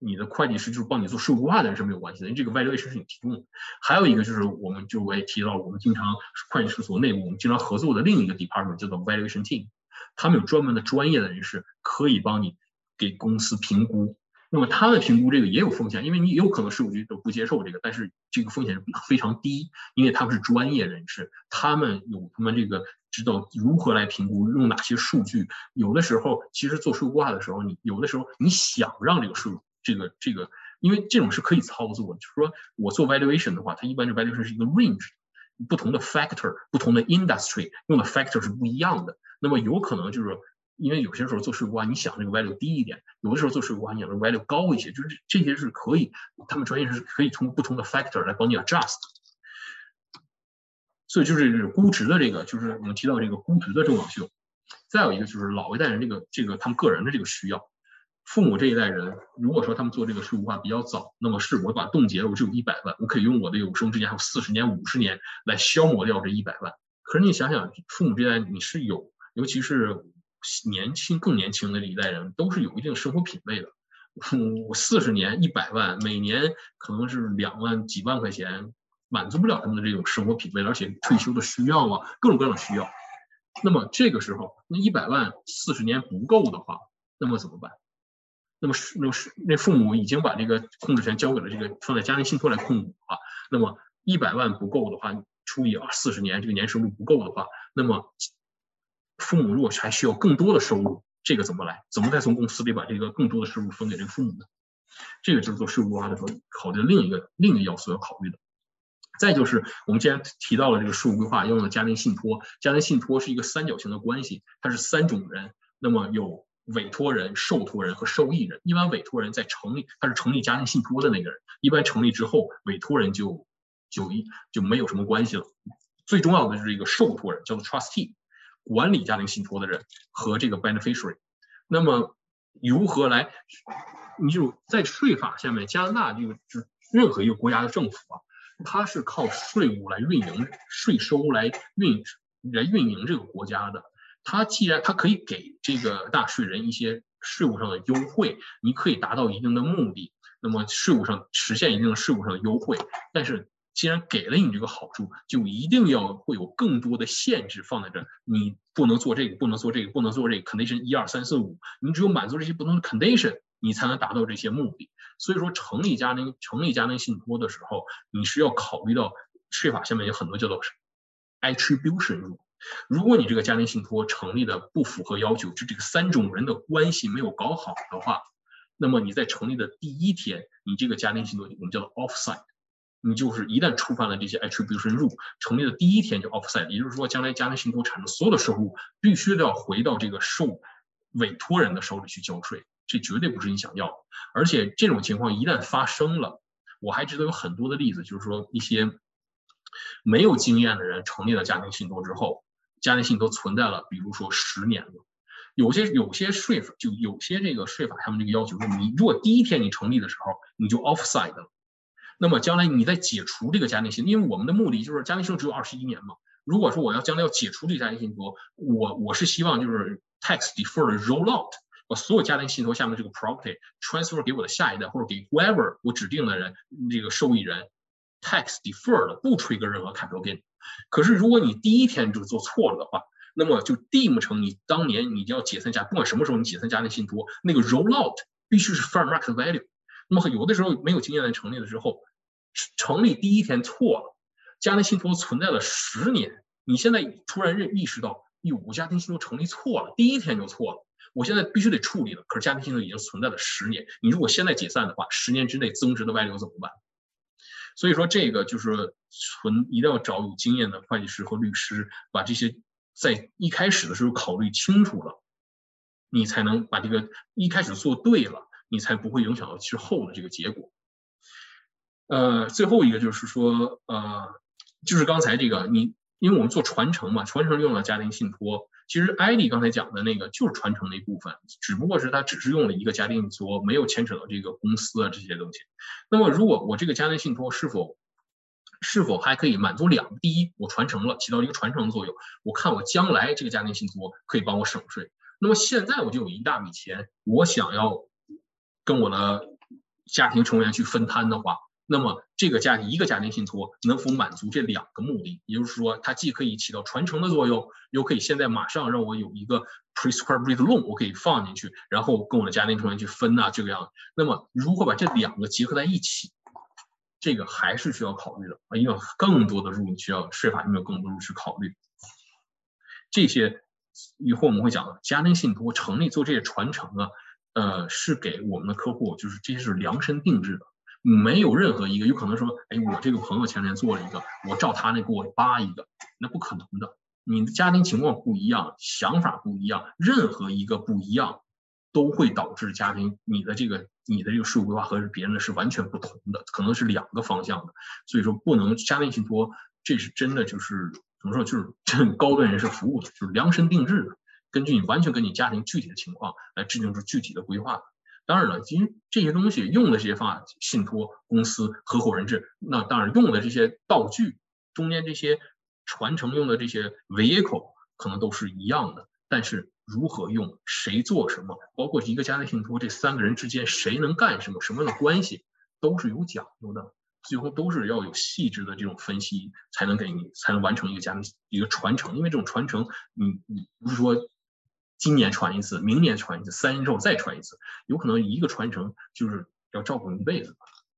B: 你的会计师就是帮你做税务规划的人是没有关系的，因为这个 valuation 是你提供的。还有一个就是我们就我也提到，我们经常会计师所内部我们经常合作的另一个 department 叫做 valuation team， 他们有专门的专业的人士可以帮你给公司评估。那么他们评估这个也有风险，因为你有可能税务局都不接受这个，但是这个风险非常低，因为他们是专业人士，他们有他们这个知道如何来评估，用哪些数据。有的时候其实做税务规划的时候，你有的时候你想让这个税务这个这个，因为这种是可以操作的，就是说我做 valuation 的话，它一般这 valuation 是一个 range， 不同的 factor， 不同的 industry 用的 factor 是不一样的。那么有可能就是因为有些时候做税务规划，你想这个 value 低一点，有的时候做税务规划你想这个 value 高一些，就是这些是可以，他们专业是可以通过不同的 factor 来帮你 adjust。所以就是估值的这个，就是我们提到这个估值的重要性。再有一个就是老一代人这个这个他们个人的这个需要。父母这一代人，如果说他们做这个税务规划比较早，那么是我把冻结了，我只有一百万，我可以用我的有生之年还有四十年、五十年来消磨掉这一百万。可是你想想，父母这代你是有，尤其是年轻更年轻的这一代人，都是有一定生活品味的。我四十年一百万，每年可能是两万几万块钱，满足不了他们的这种生活品味，而且退休的需要啊，各种各样的需要。那么这个时候，那一百万四十年不够的话，那么怎么办？那么是那是那父母已经把这个控制权交给了这个放在家庭信托来控股啊。那么一百万不够的话，除以四十年，这个年收入不够的话，那么父母如果还需要更多的收入，这个怎么来？怎么再从公司里把这个更多的收入分给这个父母呢？这个就是做税务规划的时候考虑的另一个另一个要素要考虑的。再就是我们既然提到了这个税务规划要用的家庭信托，家庭信托是一个三角形的关系，它是三种人，那么有委托人、受托人和受益人。一般委托人在成立，他是成立家庭信托的那个人，一般成立之后，委托人就就一就没有什么关系了。最重要的就是一个受托人，叫做 trustee， 管理家庭信托的人和这个 beneficiary。那么如何来？你就在税法下面，加拿大这个就是任何一个国家的政府啊，它是靠税务来运营、税收来运来运营这个国家的。它既然它可以给这个纳税人一些税务上的优惠，你可以达到一定的目的，那么税务上实现一定的税务上的优惠，但是既然给了你这个好处，就一定要会有更多的限制放在这儿，你不能做这个，不能做这个，不能做这个 condition 一二三四五，你只有满足这些不同的 condition， 你才能达到这些目的。所以说，成立家庭成立家庭信托的时候，你是要考虑到税法下面有很多叫做 attribution rule。如果你这个家庭信托成立的不符合要求，就这个三种人的关系没有搞好的话，那么你在成立的第一天，你这个家庭信托我们叫做 offside， 你就是一旦触犯了这些 attribution rule， 成立的第一天就 offside， 也就是说将来家庭信托产生所有的收入必须都要回到这个受委托人的手里去交税，这绝对不是你想要的。而且这种情况一旦发生了，我还知道有很多的例子，就是说一些没有经验的人成立了家庭信托之后，家庭信托存在了，比如说十年了，有些有些税法就有些这个税法他们这个要求，你如果第一天你成立的时候你就 offside 了，那么将来你再解除这个家庭信托，因为我们的目的就是家庭信托只有二十一年嘛。如果说我要将来要解除这个家庭信托，我我是希望就是 tax deferred roll out， 把所有家庭信托下面这个 property transfer 给我的下一代或者给 whoever 我指定的人这个受益人 tax deferred 不 trigger 任何 capital gain。可是如果你第一天就做错了的话，那么就 deem 成你当年你要解散家，不管什么时候你解散家庭信托，那个 roll out 必须是 fair market value。那么有的时候没有经验的人成立了之后，成立第一天错了，家庭信托存在了十年，你现在突然认意识到，哟，我家庭信托成立错了，第一天就错了，我现在必须得处理了。可是家庭信托已经存在了十年，你如果现在解散的话，十年之内增值的外流怎么办？所以说这个就是存一定要找有经验的会计师和律师，把这些在一开始的时候考虑清楚了，你才能把这个一开始做对了，你才不会影响到之后的这个结果。呃，最后一个就是说，呃，就是刚才这个你，因为我们做传承嘛，传承用了家庭信托，其实艾迪刚才讲的那个就是传承的一部分，只不过是他只是用了一个家庭信托，没有牵扯到这个公司啊这些东西。那么如果我这个家庭信托是否是否还可以满足两个？第一，我传承了，起到一个传承的作用，我看我将来这个家庭信托可以帮我省税。那么现在我就有一大笔钱，我想要跟我的家庭成员去分摊的话，那么这个家庭一个家庭信托能否满足这两个目的？也就是说，它既可以起到传承的作用，又可以现在马上让我有一个 prescribed loan 我可以放进去，然后跟我的家庭成员去分啊，这个样。那么如何把这两个结合在一起？这个还是需要考虑的，因为更多的入需要税法，因为更多入去考虑。这些一会儿我们会讲，家庭信托成立做这些传承啊，呃，是给我们的客户，就是这些是量身定制的，没有任何一个有可能说，哎，我这个朋友前年做了一个，我照他那给我扒一个，那不可能的。你的家庭情况不一样，想法不一样，任何一个不一样，都会导致家庭你的这个你的这个税务规划和别人的是完全不同的，可能是两个方向的。所以说不能家庭信托，这是真的就是怎么说，就是真高端人士服务的，就是量身定制的，根据你完全跟你家庭具体的情况来制定出具体的规划。当然了，因为这些东西用的这些方法，信托公司、合伙人制，那当然用的这些道具，中间这些传承用的这些 vehicle 可能都是一样的，但是如何用，谁做什么，包括一个家庭信托这三个人之间谁能干什么，什么样的关系，都是有讲究的，最后都是要有细致的这种分析，才能给你才能完成一个家庭一个传承。因为这种传承，你你不是说今年传一次，明年传一次，三年之后再传一次，有可能一个传承就是要照顾一辈子。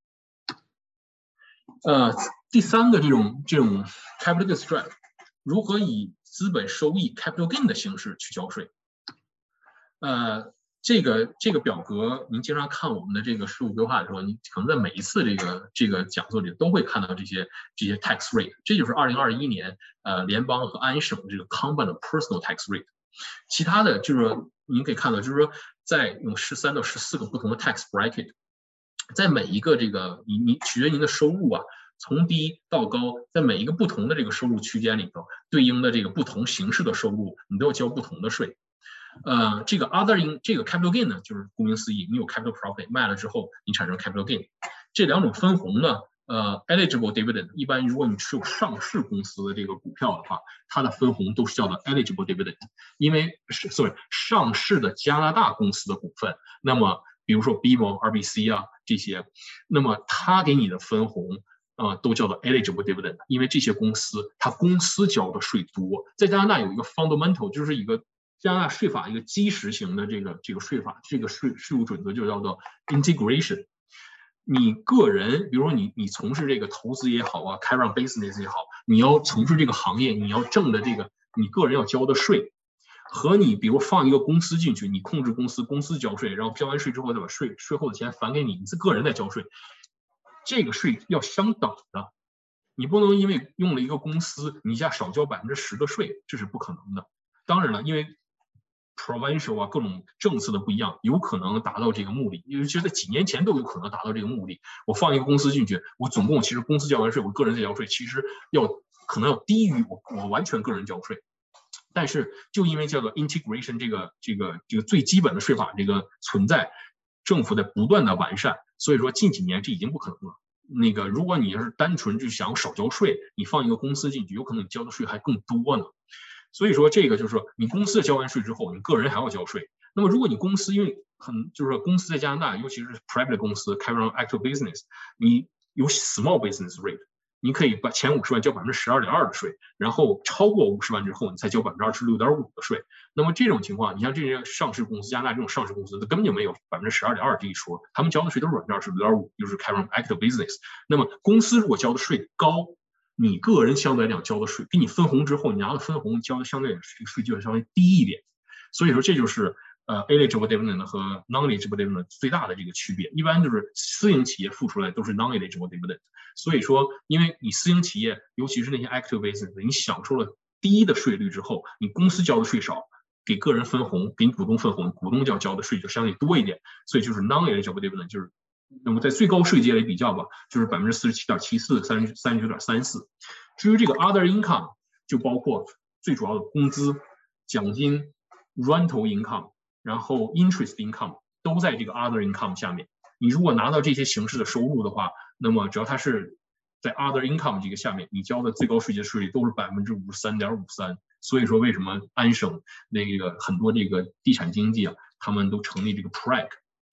B: 呃，第三个这种这种 capital gain strategy， 如何以资本收益 capital gain 的形式去交税？呃，这个这个表格，您经常看我们的这个税务规划的时候，你可能在每一次这个这个讲座里都会看到这些这些 tax rate， 这就是二零二一年呃联邦和安省这个 combined personal tax rate。其他的就是说，您可以看到，就是说，在用十三到十四个不同的 tax bracket， 在每一个这个你你取决您的收入啊，从低到高，在每一个不同的这个收入区间里头，对应的这个不同形式的收入，你都要交不同的税。呃，这个 other in 这个 capital gain 呢，就是顾名思义，你有 capital profit 卖了之后，你产生 capital gain。这两种分红呢，呃 eligible dividend， 一般如果你持有上市公司的这个股票的话，它的分红都是叫做 eligible dividend， 因为是 sorry 上市的加拿大公司的股份，那么比如说 B M O、R B C 啊这些，那么它给你的分红啊、呃、都叫做 eligible dividend， 因为这些公司它公司交的税多，在加拿大有一个 fundamental， 就是一个加拿大税法一个基石型的这个这个税法，这个税税务准则就叫做 integration。你个人，比如说你你从事这个投资也好啊 ，carry on business 也好，你要从事这个行业，你要挣的这个你个人要交的税，和你比如放一个公司进去，你控制公司，公司交税，然后交完税之后再把税税后的钱返给你，你个人再交税，这个税要相等的。你不能因为用了一个公司，你一下少交百分之十的税，这是不可能的。当然了，因为 provincial 啊，各种政策的不一样，有可能达到这个目的，尤其是在几年前都有可能达到这个目的。我放一个公司进去，我总共其实公司交完税，我个人再交税，其实要可能要低于我我完全个人交税。但是就因为叫做 integration 这个这个这个最基本的税法这个存在，政府在不断的完善，所以说近几年这已经不可能了。那个如果你要是单纯就想少交税，你放一个公司进去，有可能你交的税还更多呢。所以说这个就是说，你公司交完税之后，你个人还要交税。那么如果你公司因为很就是说公司在加拿大，尤其是 private 公司 carry on active business， 你有 small business rate， 你可以把前五十万交百分之十二点二的税，然后超过五十万之后，你才交百分之二十六点五的税。那么这种情况，你像这些上市公司，加拿大这种上市公司，它根本就没有百分之十二点二这一说，他们交的税都是百分之二十六点五，就是 carry on active business。那么公司如果交的税高，你个人相对来讲交的税，给你分红之后，你拿的分红交的相对税就稍微低一点。所以说这就是呃 eligible dividend 和 non-eligible dividend 最大的这个区别。一般就是私营企业付出来都是 non-eligible dividend。所以说，因为你私营企业，尤其是那些 active business， 你享受了低的税率之后，你公司交的税少，给个人分红，给你股东分红，股东就要交的税就相对多一点。所以就是 non-eligible dividend 就是。那么在最高税阶来比较吧，就是百分之四十七点七四、三十三十九点三四。至于这个 other income， 就包括最主要的工资、奖金、rental income， 然后 interest income 都在这个 other income 下面。你如果拿到这些形式的收入的话，那么只要它是在 other income 这个下面，你交的最高税阶税率都是百分之五十三点五三。所以说，为什么安省那个很多这个地产经济啊，他们都成立这个 P R A C。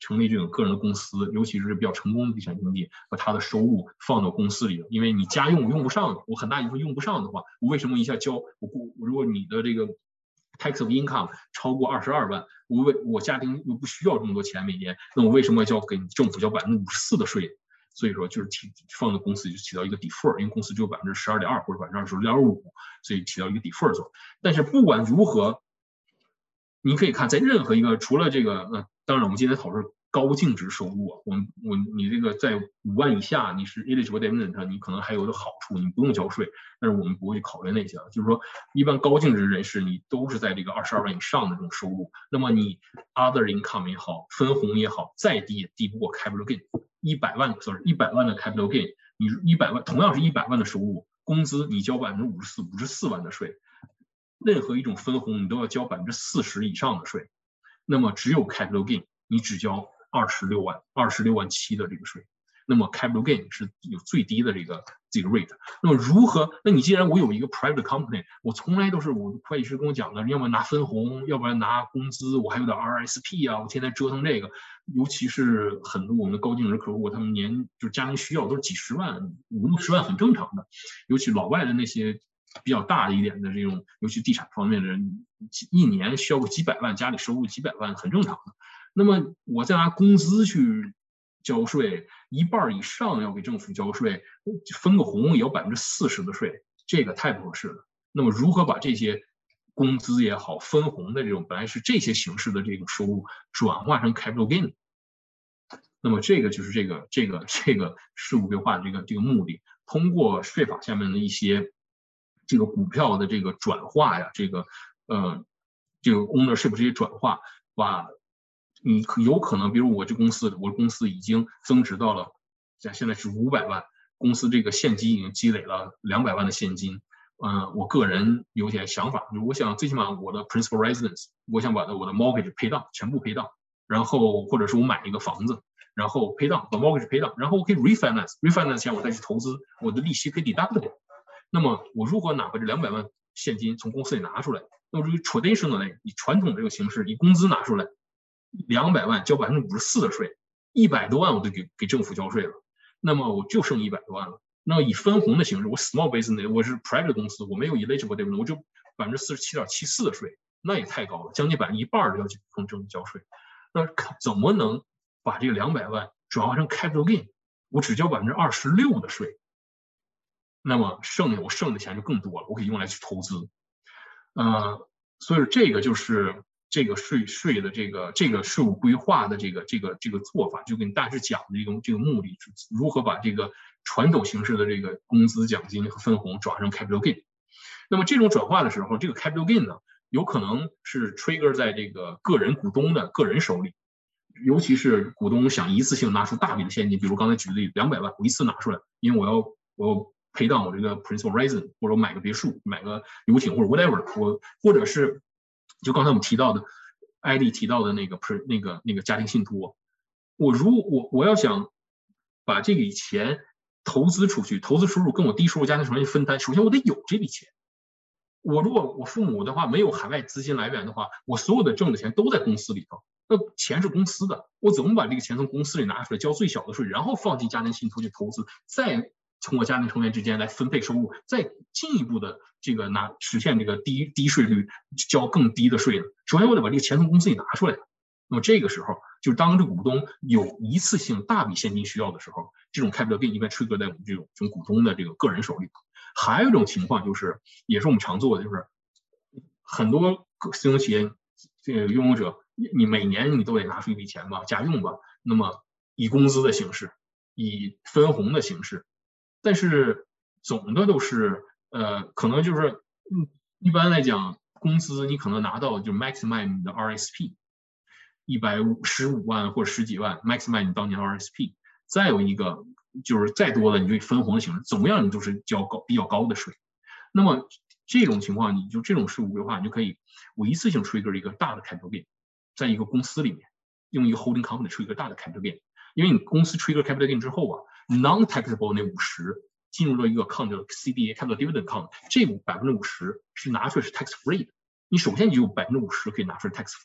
B: 成立这种个人的公司，尤其是比较成功的地产经纪，把他的收入放到公司里了。因为你家用用不上，我很大一部分用不上的话，我为什么一下交我如果你的这个 tax of income 超过二十二万，我为我家庭又不需要这么多钱每年，那我为什么要交给政府交百分之五十四的税？所以说就是起放到公司就起到一个 defer， 因为公司只有百分之十二点二或者百分之二十六点五，所以起到一个 defer 作用。但是不管如何，你可以看在任何一个除了这个呃，当然我们今天讨论高净值收入啊，我们我你这个在五万以下你是 eligible dividend， 你可能还有的好处，你不用交税，但是我们不会考虑那些，就是说一般高净值人士你都是在这个二十二万以上的这种收入，那么你 other income 也好，分红也好，再低也低不过 capital gain。一百万 ，sorry， 一百万的 capital gain， 你一百万同样是一百万的收入，工资你交百分之五十四、五十四万的税，任何一种分红你都要交百分之四十以上的税，那么只有 capital gain 你只交二十六万、二十六万七的这个税，那么 capital gain 是有最低的这个这个 rate。那么如何？那你既然我有一个 private company， 我从来都是我会计师跟我讲的，要么拿分红，要不然拿工资，我还有点 R S P 啊，我天天折腾这个。尤其是很多我们的高净值客户，他们年就是家庭需要都是几十万、五六十万，很正常的。尤其老外的那些比较大一点的这种，尤其地产方面的人，一年需要个几百万，家里收入几百万，很正常的。那么我再拿工资去交税，一半以上要给政府交税，分个红也要百分之四十的税，这个太不合适了。那么如何把这些工资也好，分红的这种本来是这些形式的这个收入转化成 capital gain， 那么这个就是这个这个这个事务规划的这个这个目的，通过税法下面的一些这个股票的这个转化呀，这个呃这个 ownership 这些转化，把你有可能，比如我这公司，我公司已经增值到了现在是五百万，公司这个现金已经积累了两百万的现金。嗯、呃，我个人有点想法，就是我想最起码我的 principal residence， 我想把我的 mortgage pay down 全部 pay down， 然后或者是我买一个房子，然后 pay down 把 mortgage pay down， 然后我可以 refinance refinance 前我再去投资，我的利息可以 deduct 掉。那么我如果哪怕这两百万现金从公司里拿出来，那么这个 traditional 的以传统这个形式，以工资拿出来两百万交百分之五十四的税，一百多万我都给给政府交税了，那么我就剩一百多万了。那以分红的形式，我 small business 我是 private 公司，我没有 eligible dividend， 我就百分之四十七点七四的税，那也太高了，将近百分之一半都要从政府交税。那怎么能把这个两百万转化成 capital gain？ 我只交百分之二十六的税，那么剩下我剩的钱就更多了，我可以用来去投资。呃，所以这个就是这个税税的这个这个税务规划的这个这个这个做法，就跟大致讲的这个这个目的，如何把这个传统形式的这个工资奖金和分红转化成 capital gain。那么这种转化的时候，这个 capital gain 呢，有可能是 trigger 在这个个人股东的个人手里，尤其是股东想一次性拿出大笔的现金，比如刚才举例两百万，我一次拿出来，因为我要我要pay down我这个 principal residence， 或者我买个别墅，买个游艇或者 whatever， 我或者是就刚才我们提到的艾丽提到的那个那个那个家庭信托，我如我我要想把这笔钱投资出去，投资收入跟我低收入家庭成员分担，首先我得有这笔钱。我如果我父母的话没有海外资金来源的话，我所有的挣的钱都在公司里头，那钱是公司的，我怎么把这个钱从公司里拿出来交最小的税，然后放进家庭信托去投资，再通过家庭成员之间来分配收入，再进一步的这个拿实现这个低低税率，交更低的税呢？首先我得把这个钱从公司里拿出来。那么这个时候，就是当这个股东有一次性大笔现金需要的时候，这种 capital gain 一般 trigger在我们这种这种股东的这个个人手里。还有一种情况就是，也是我们常做的，就是很多私营企业这个拥有者，你每年你都得拿出一笔钱吧，家用吧，那么以工资的形式，以分红的形式，但是总的都是呃，可能就是嗯，一般来讲，工资你可能拿到就 maximize 你的 R S P， 一百十五万或者十几万 maximize 你当年 R S P， 再有一个就是再多的你就分红的形式，怎么样你都是交高比较高的税。那么这种情况，你就这种税务规划，你就可以我一次性 trigger 一个大的 capital gain， 在一个公司里面用一个 holding company trigger 大的 capital gain， 因为你公司 trigger capital gain 之后啊 ，non taxable 那五十进入到一个 account 叫 C D A capital dividend account， 这百分之五十是拿出来是 tax free 的，你首先你就有百分之五十可以拿出来 tax free。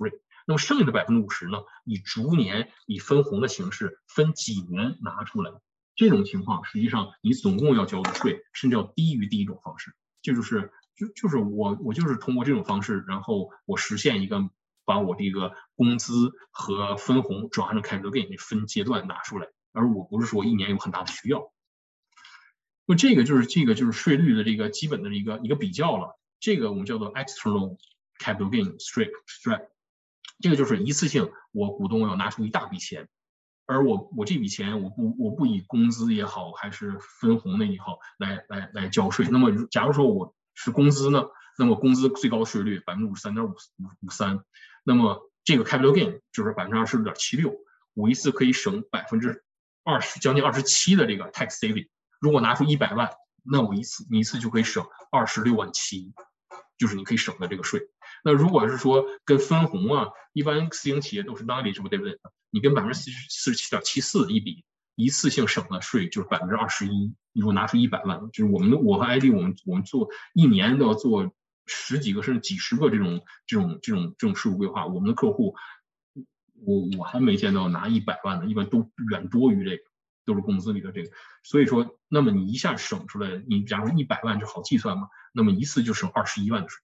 B: 那么剩下的百分之五十呢，以逐年以分红的形式分几年拿出来。这种情况实际上你总共要交的税甚至要低于第一种方式。这就是就就是我我就是通过这种方式，然后我实现一个把我这个工资和分红转换成 capital gain 分阶段拿出来，而我不是说一年有很大的需要。那这个就是这个就是税率的这个基本的一个一个比较了。这个我们叫做 external capital gain strip strip， 这个就是一次性我股东要拿出一大笔钱，而我我这笔钱我不我不以工资也好还是分红的也好来来来交税。那么假如说我是工资呢，那么工资最高税率百分之五十三点五五三，那么这个 capital gain 就是百分之二十六点七六，我一次可以省百分之二十将近二十七的这个 tax saving。如果拿出一百万，那我一次你一次就可以省二十六万七，就是你可以省的这个税。那如果是说跟分红啊，一般私营企业都是 non-eligible dividend， 你跟百分之四十七点七四一比，一次性省的税就是百分之二十一。你如果拿出一百万，就是我们我和 I D 我们我们做一年都要做十几个甚至几十个这种这种这种这种税务规划，我们的客户，我我还没见到拿一百万的，一般都远多于这个。都是工资里的这个，所以说，那么你一下省出来，你假如一百万就好计算嘛，那么一次就省二十一万的税。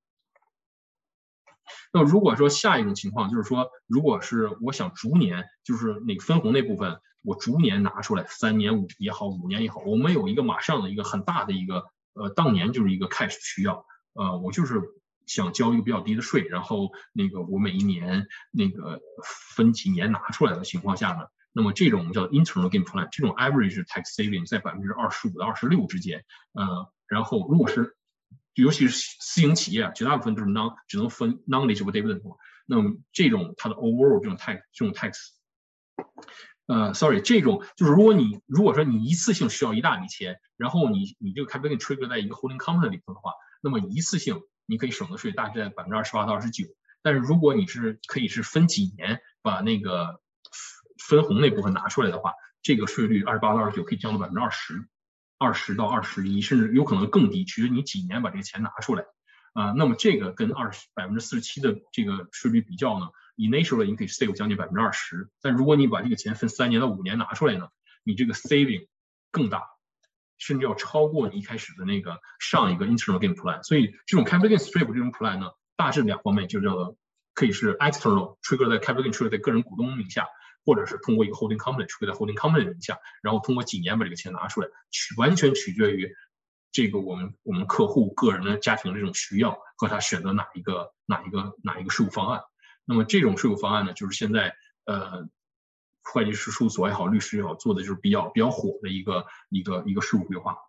B: 那么如果说下一种情况就是说，如果是我想逐年，就是那个分红那部分，我逐年拿出来，三年五也好，五年也好，我们有一个马上的一个很大的一个呃，当年就是一个 cash 需要，呃，我就是想交一个比较低的税，然后那个我每一年那个分几年拿出来的情况下呢。那么这种叫 internal gain plan， 这种 average tax saving 在百分之二十五到二十六之间，呃，然后如果是尤其是私营企业，绝大部分都是 non 只能分 non-eligible dividend， 那么这种它的 overall 这种 tax 这种 tax， 呃 ，sorry， 这种就是如果你如果说你一次性需要一大笔钱，然后你你这个 capital gain trigger 在一个 holding company 里头的话，那么一次性你可以省的税大概在百分之二十八到二十九，但是如果你是可以是分几年把那个分红那部分拿出来的话，这个税率二十八到二十九可以降到百分之二十，二十到二十一，甚至有可能更低，取决于你几年把这个钱拿出来。啊、呃，那么这个跟二十百分之四十七的这个税率比较呢 ，initially 你可以 save 将近百分之二十，但如果你把这个钱分三年到五年拿出来呢，你这个 saving 更大，甚至要超过你一开始的那个上一个 internal gain plan。所以这种 capital gain strip 这种 plan 呢，大致两方面就叫做可以是 external trigger 在 capital gain trigger 在个人股东名下。或者是通过一个 holding company 处在 holding company 名下，然后通过几年把这个钱拿出来，取完全取决于这个我们我们客户个人的家庭的这种需要和他选择哪一个哪一个哪一个税务方案。那么这种税务方案呢，就是现在呃会计师事务所也好，律师也好做的就是比较比较火的一个一个一个税务规划。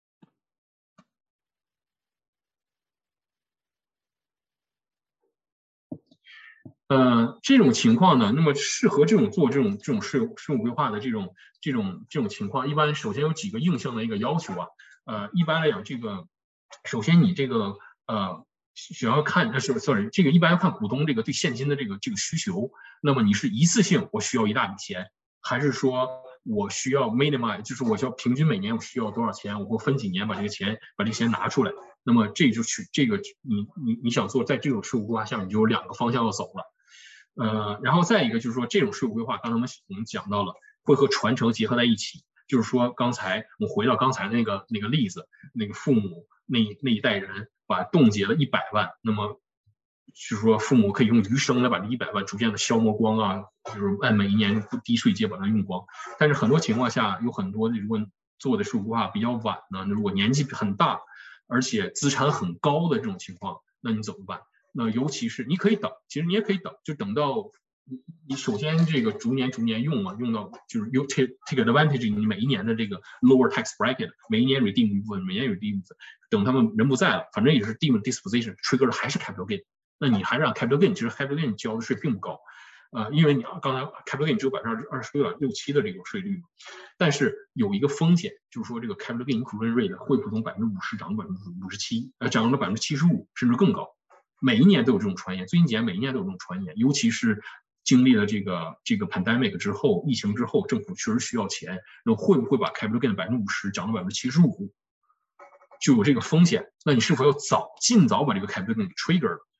B: 呃，这种情况呢，那么适合这种做这种这种税务税务规划的这种这种这种情况，一般首先有几个硬性的一个要求啊。呃，一般来讲，这个首先你这个呃需要看，呃是 sorry， 这个一般要看股东这个对现金的这个这个需求。那么你是一次性我需要一大笔钱，还是说我需要 minimize， 就是我需要平均每年我需要多少钱，我会分几年把这个钱把这个钱拿出来。那么这就取这个你你你想做在这种税务规划下，你就有两个方向要走了。呃，然后再一个就是说，这种税务规划，刚才我们我们讲到了，会和传承结合在一起。就是说，刚才我们回到刚才那个那个例子，那个父母那那一代人把冻结了一百万，那么就是说父母可以用余生来把这一百万逐渐的消磨光啊，就是按每一年低税阶把它用光。但是很多情况下，有很多如果做的税务规划比较晚呢，如果年纪很大，而且资产很高的这种情况，那你怎么办？那尤其是你可以等，其实你也可以等，就等到你首先这个逐年逐年用嘛，用到就是 you take take advantage 你每一年的这个 lower tax bracket， 每一年 redeem 一部分，每年 redeem 一部分，等他们人不在了，反正也是 deem disposition trigger 的还是 capital gain， 那你还让 capital gain， 其实 capital gain 交的税并不高，呃，因为你刚才 capital gain 只有百分之二十六点六七的这个税率，但是有一个风险，就是说这个 capital gain increment rate 会从百分之五十涨到百分之五十七，呃，涨到百分之七十五，甚至更高。每一年都有这种传言，最近几年每一年都有这种传言，尤其是经历了这个这个 pandemic 之后，疫情之后，政府确实需要钱，那会不会把 capital gain 的百分之五十涨到百分之七十五，就有这个风险。那你是否要早尽早把这个 capital gain trigger？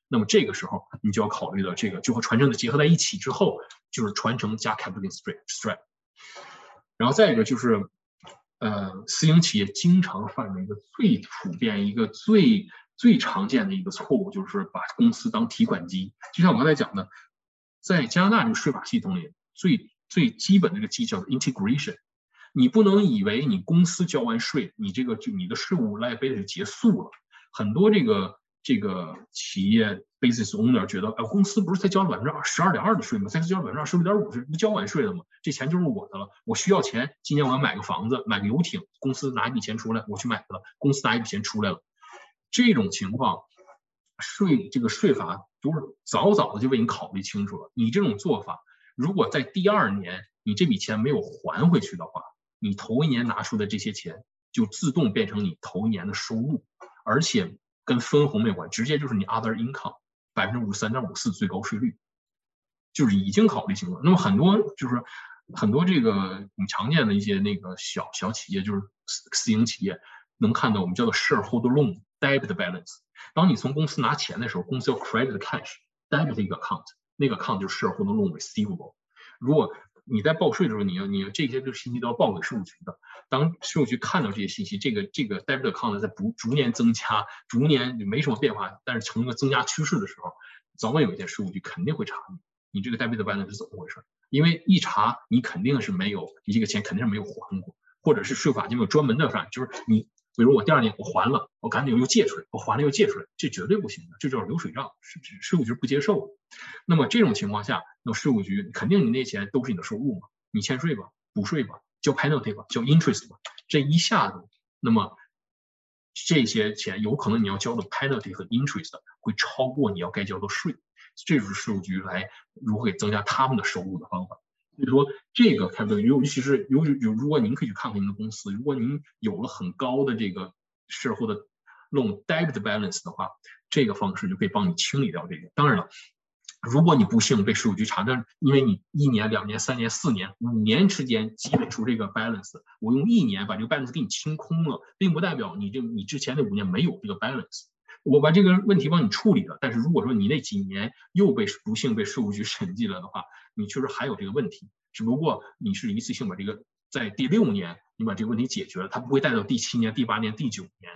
B: 那么这个时候你就要考虑到这个就和传承的结合在一起之后，就是传承加 capital gain strip。然后再一个就是，呃，私营企业经常犯的一个最普遍、一个最最常见的一个错误，就是把公司当提款机。就像我刚才讲的，在加拿大这个税法系统里，最最基本的这个机叫 integration。你不能以为你公司交完税，你这个就你的税务 liability 就结束了。很多这个这个企业 business owner 觉得，哎，公司不是才交了百分之十二点二的税吗？才交了百分之二十六点五，是不交完税了吗？这钱就是我的了。我需要钱，今年我要买个房子，买个游艇，公司拿一笔钱出来，我去买了，公司拿一笔钱出来了。这种情况，税这个税法都是早早的就为你考虑清楚了。你这种做法，如果在第二年你这笔钱没有还回去的话，你头一年拿出的这些钱就自动变成你头一年的收入，而且跟分红没有关，直接就是你 other income 百分之五十三点五四最高税率，就是已经考虑清楚。那么很多就是很多这个你常见的一些那个小小企业，就是私营企业，能看到我们叫做 shareholder loan debit balance。当你从公司拿钱的时候，公司要 credit cash debit 一个 account， 那个 account 就是 shareholder loan receivable。如果你在报税的时候，你要你要这些个信息都要报给税务局的。当税务局看到这些信息，这个这个 debit account 在不逐年增加，逐年没什么变化，但是呈一个增加趋势的时候，早晚有一天税务局肯定会查你，你这个 debit balance 是怎么回事？因为一查你肯定是没有，你这个钱肯定是没有还过，或者是税法就没有专门的法，就是你比如我第二年我还了，我赶紧又借出来，我还了又借出来，这绝对不行的，这叫流水账，税务局不接受的。那么这种情况下，那税务局肯定你那钱都是你的收入嘛，你欠税吧，补税吧，交 penalty 吧，交 interest 吧，这一下子，那么这些钱有可能你要交的 penalty 和 interest 会超过你要该交的税，这就是税务局来如何给增加他们的收入的方法。所以说这个看对，尤其是有有，如果您可以去看看您的公司，如果您有了很高的这个事后的 loan debit balance 的话，这个方式就可以帮你清理掉这个。当然了，如果你不幸被税务局查，但因为你一年、两年、三年、四年、五年之间积累出这个 balance， 我用一年把这个 balance 给你清空了，并不代表你这你之前的五年没有这个 balance。我把这个问题帮你处理了，但是如果说你那几年又被不幸被税务局审计了的话，你确实还有这个问题，只不过你是一次性把这个在第六年你把这个问题解决了，它不会带到第七年、第八年、第九年。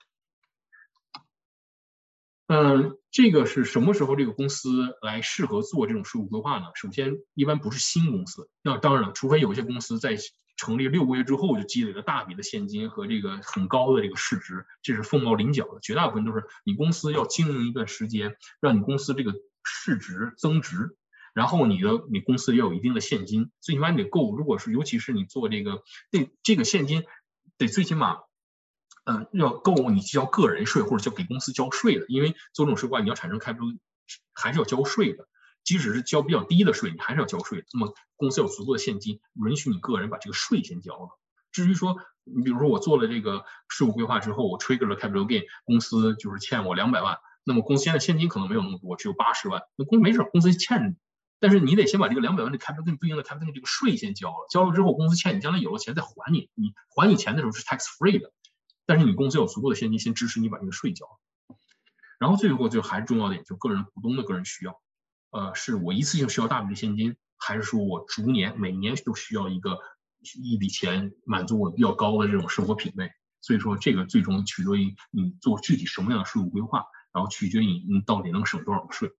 B: 嗯，这个是什么时候这个公司来适合做这种税务规划呢？首先，一般不是新公司，那当然了，除非有些公司在成立六个月之后就积累了大笔的现金和这个很高的这个市值，这是凤毛麟角的。绝大部分都是你公司要经营一段时间，让你公司这个市值增值，然后你的你公司也有一定的现金，最起码你得够。如果是尤其是你做这个这这个现金得最起码。嗯，要够你交个人税或者交给公司交税的，因为做这种税规你要产生开支还是要交税的，即使是交比较低的税，你还是要交税。那么公司有足够的现金，允许你个人把这个税先交了。至于说，你比如说我做了这个税务规划之后，我 trigger 了 capital gain， 公司就是欠我两百万，那么公司现在现金可能没有那么多，只有八十万，那公司没事，公司欠着你，但是你得先把这个两百万的 capital gain 对应的 capital gain 这个税先交了，交了之后公司欠你，将来有了钱再还你，你还你钱的时候是 tax free 的。但是你公司有足够的现金，先支持你把这个税交。然后最后就还是重要的点，就个人股东的个人需要，呃，是我一次性需要大笔的现金，还是说我逐年每年都需要一个一笔钱满足我比较高的这种生活品味？所以说这个最终取决于你做具体什么样的税务规划，然后取决于你到底能省多少个税。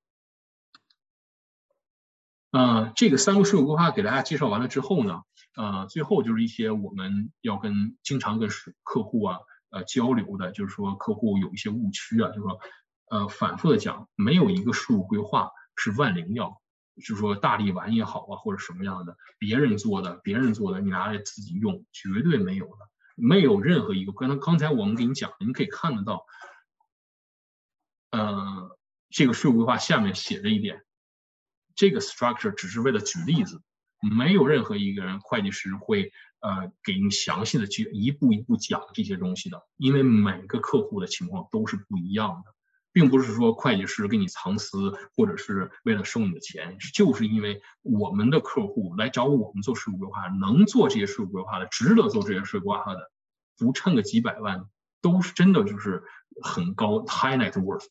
B: 呃，这个三个税务规划给大家介绍完了之后呢，呃，最后就是一些我们要跟经常跟客户啊。呃，交流的，就是说客户有一些误区啊，就是说，呃，反复的讲，没有一个税务规划是万灵药，就是说大力丸也好啊，或者什么样的，别人做的，别人做的，你拿来自己用，绝对没有的，没有任何一个。刚才刚才我们给你讲，你可以看得到，呃，这个税务规划下面写着一点，这个 structure 只是为了举例子，没有任何一个人会计师会。呃，给你详细的去一步一步讲这些东西的，因为每个客户的情况都是不一样的，并不是说会计师给你藏私，或者是为了收你的钱，就是因为我们的客户来找我们做税务规划，能做这些税务规划的，值得做这些税务规划的，不趁个几百万，都是真的就是很高 high net worth 的，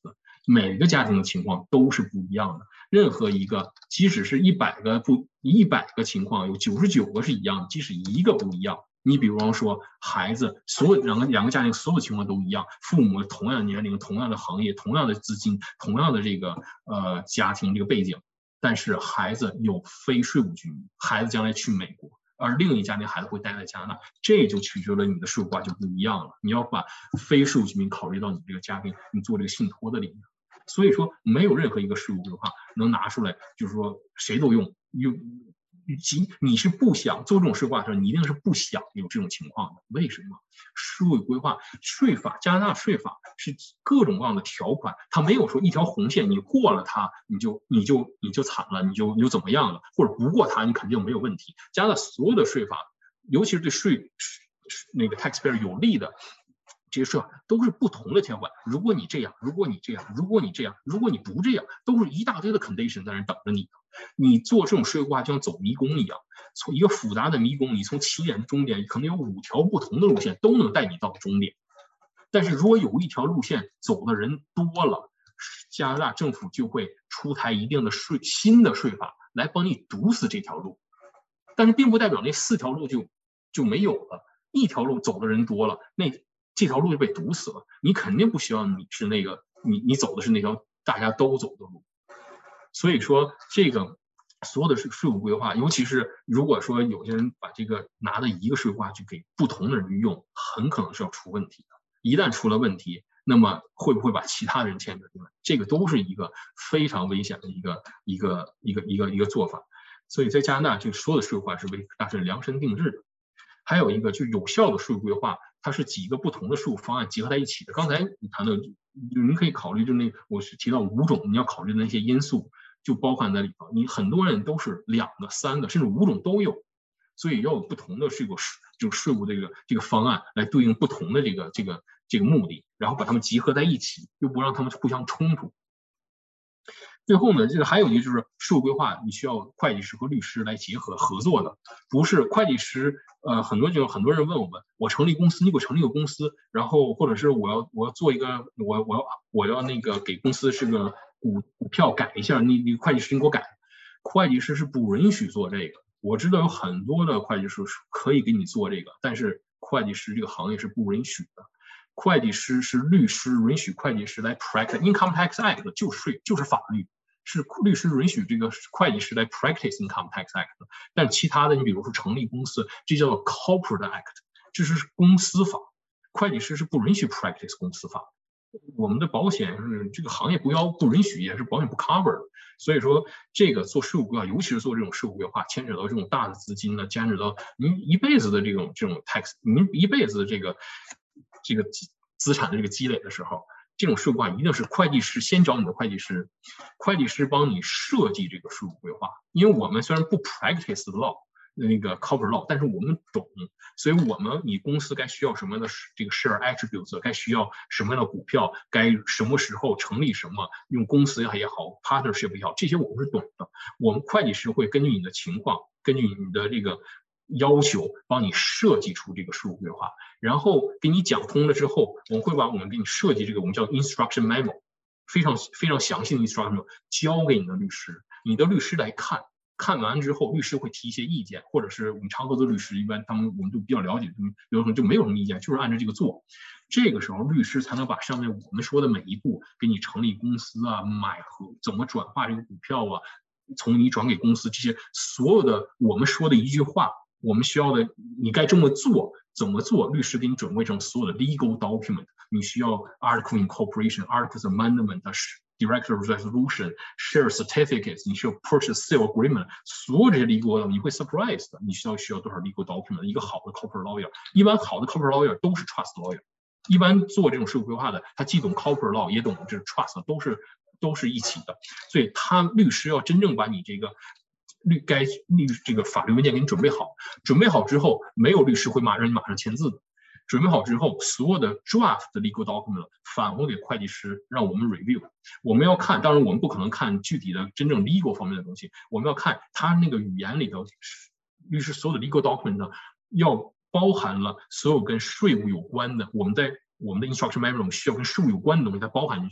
B: 每个家庭的情况都是不一样的。任何一个，即使是一百个不一百个情况，有九十九个是一样的，即使一个不一样。你比方说孩子，所有两个两个家庭所有情况都一样，父母同样的年龄、同样的行业、同样的资金、同样的这个呃家庭这个背景，但是孩子有非税务居民，孩子将来去美国，而另一家庭孩子会待在加拿大，这就取决了你的税务规划就不一样了。你要把非税务居民考虑到你这个家庭，你做这个信托的里面。所以说，没有任何一个税务规划能拿出来，就是说谁都用用。即你是不想做这种税规划的时候，你一定是不想有这种情况的。为什么？税务规划、税法，加拿大税法是各种各样的条款，它没有说一条红线，你过了它，你就你就你就惨了，你就你就怎么样了，或者不过它，你肯定没有问题。加拿大所有的税法，尤其是对税那个 taxpayer 有利的这些税法，都是不同的条款。如果你这样，如果你这样，如果你这样，如果你不这样，都是一大堆的 condition 在那等着你。你做这种税规划就像走迷宫一样，从一个复杂的迷宫，你从起点终点可能有五条不同的路线都能带你到终点。但是如果有一条路线走的人多了，加拿大政府就会出台一定的税新的税法来帮你堵死这条路。但是并不代表那四条路就就没有了，一条路走的人多了，那这条路就被堵死了。你肯定不希望你是那个你你走的是那条大家都走的路。所以说，这个所有的税务规划，尤其是如果说有些人把这个拿的一个税规划去给不同的人用，很可能是要出问题的。一旦出了问题，那么会不会把其他人牵扯进来？这个都是一个非常危险的一个一个一个一个一个做法。所以在加拿大，这个所有的税务规划是为大致量身定制的。还有一个就是有效的税务规划，它是几个不同的税务方案结合在一起的。刚才你谈到，您可以考虑，就那我是提到五种你要考虑的那些因素，就包含在里头。你很多人都是两个、三个，甚至五种都有，所以要有不同的税务就税务这个这个方案来对应不同的这个这个这个目的，然后把它们集合在一起，又不让它们互相冲突。最后呢，这个还有一个就是税务规划，你需要会计师和律师来结合合作的，不是会计师。呃，很多就很多人问我们，我成立公司，你给我成立个公司，然后或者是我要我要做一个，我我要我要那个给公司是个股股票改一下，你你会计师你给我改，会计师是不允许做这个。我知道有很多的会计师可以给你做这个，但是会计师这个行业是不允许的。会计师是律师允许会计师来 practice Income Tax Act 就是税就是法律，是律师允许这个会计师来 practice Income Tax Act， 但其他的你比如说成立公司，这叫做 Corporate Act， 这是公司法，会计师是不允许 practice 公司法。我们的保险是这个行业不要不允许，也是保险不 cover 的。所以说这个做税务规划，尤其是做这种税务规划，牵扯到这种大的资金呢，牵扯到您一辈子的这种这种 tax， 您一辈子的这个这个资产的这个积累的时候，这种税务规划一定是会计师先找你的会计师，会计师帮你设计这个税务规划。因为我们虽然不 practice the law， 那个 cover law， 但是我们懂，所以我们你公司该需要什么样的这个 share attributes， 该需要什么样的股票，该什么时候成立什么，用公司也好 partnership 也好，这些我们是懂的。我们会计师会根据你的情况，根据你的这个要求帮你设计出这个税务规划，然后给你讲通了之后，我们会把我们给你设计这个我们叫 instruction memo， 非常非常详细的 instruction memo 交给你的律师，你的律师来看，看完之后律师会提一些意见，或者是我们常合作律师一般他们我们都比较了解，有可能就没有什么意见，就是按照这个做。这个时候律师才能把上面我们说的每一步，给你成立公司啊，买和怎么转化这个股票啊，从你转给公司，这些所有的我们说的一句话，我们需要的你该这么做怎么做，律师给你准备成所有的 legal document， 你需要 article incorporation articles amendment、director's resolution、share certificates， 你需要 purchase sale agreement， 所有这些 legal 你会 surprise 的，你需要需要多少 legal document。 一个好的 corporate lawyer， 一般好的 corporate lawyer 都是 trust lawyer， 一般做这种税务规划的，他既懂 corporate law 也懂这 trust， 都是都是一起的。所以他律师要真正把你这个律该律这个法律文件给你准备好，准备好之后，没有律师会马让你马上签字的。准备好之后，所有的 draft 的 legal document 返回给会计师，让我们 review。我们要看，当然我们不可能看具体的真正 legal 方面的东西，我们要看他那个语言里头，律师所有的 legal document 呢，要包含了所有跟税务有关的，我们在我们的 instruction memo 需要跟税务有关的东西，它包含进去了。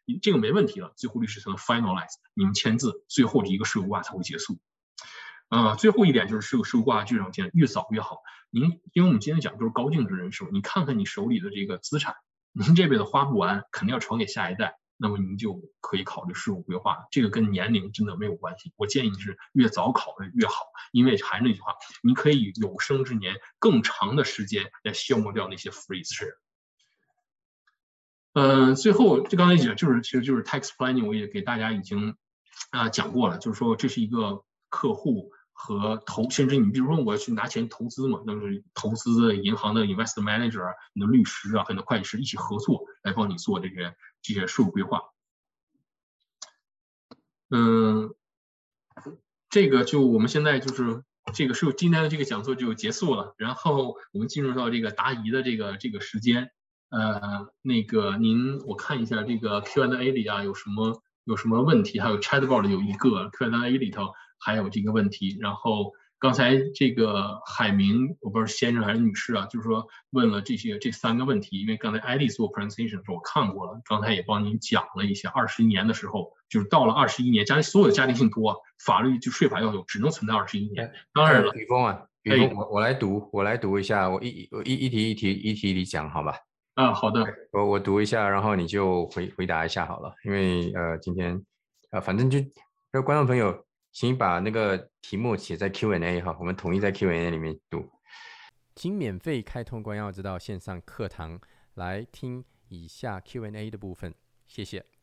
B: 这个没问题了，最后律师才能 finalize 你们签字，最后的一个事故挂才会结束。呃，最后一点就是事故事故挂这种件越早越好。您因为我们今天讲都是高净值人数，你看看你手里的这个资产，您这辈子花不完，肯定要传给下一代，那么您就可以考虑事故规划。这个跟年龄真的没有关系，我建议你是越早考虑越好，因为还是那句话，你可以有生之年更长的时间来消磨掉那些 freeze share。嗯，最后这刚才讲就是其实就是 tax planning， 我也给大家已经啊、呃、讲过了，就是说这是一个客户和投，甚至你比如说我要去拿钱投资嘛，那就是投资的银行的 investor manager， 你的律师啊，和你的会计师一起合作来帮你做这些这些税务规划。嗯，这个就我们现在就是这个是今天的这个讲座就结束了，然后我们进入到这个答疑的这个这个时间。呃，那个您我看一下这个 Q and A 里啊有什么有什么问题，还有 Chatbot 有一个 Q and A 里头还有这个问题，然后刚才这个海明我不知道先生还是女士啊，就是说问了这些这三个问题，因为刚才艾丽做 presentation 的时候我看过了，刚才也帮您讲了一些，二十一年的时候就是到了二十一年，家里所有的家庭信托法律就税法要求只能存在二十一年。当然了，
A: 雨峰啊，雨峰，我我来读，我来读一下，我一我一一题一题一题里讲好吧？
B: 啊，好的，
A: 我我读一下，然后你就回回答一下好了，因为呃今天呃反正就呃观众朋友，请把那个题目写在 Q and A 哈，我们统一在 Q and A 里面读。请免费开通关耀之道线上课堂来听以下 Q and A 的部分，谢谢。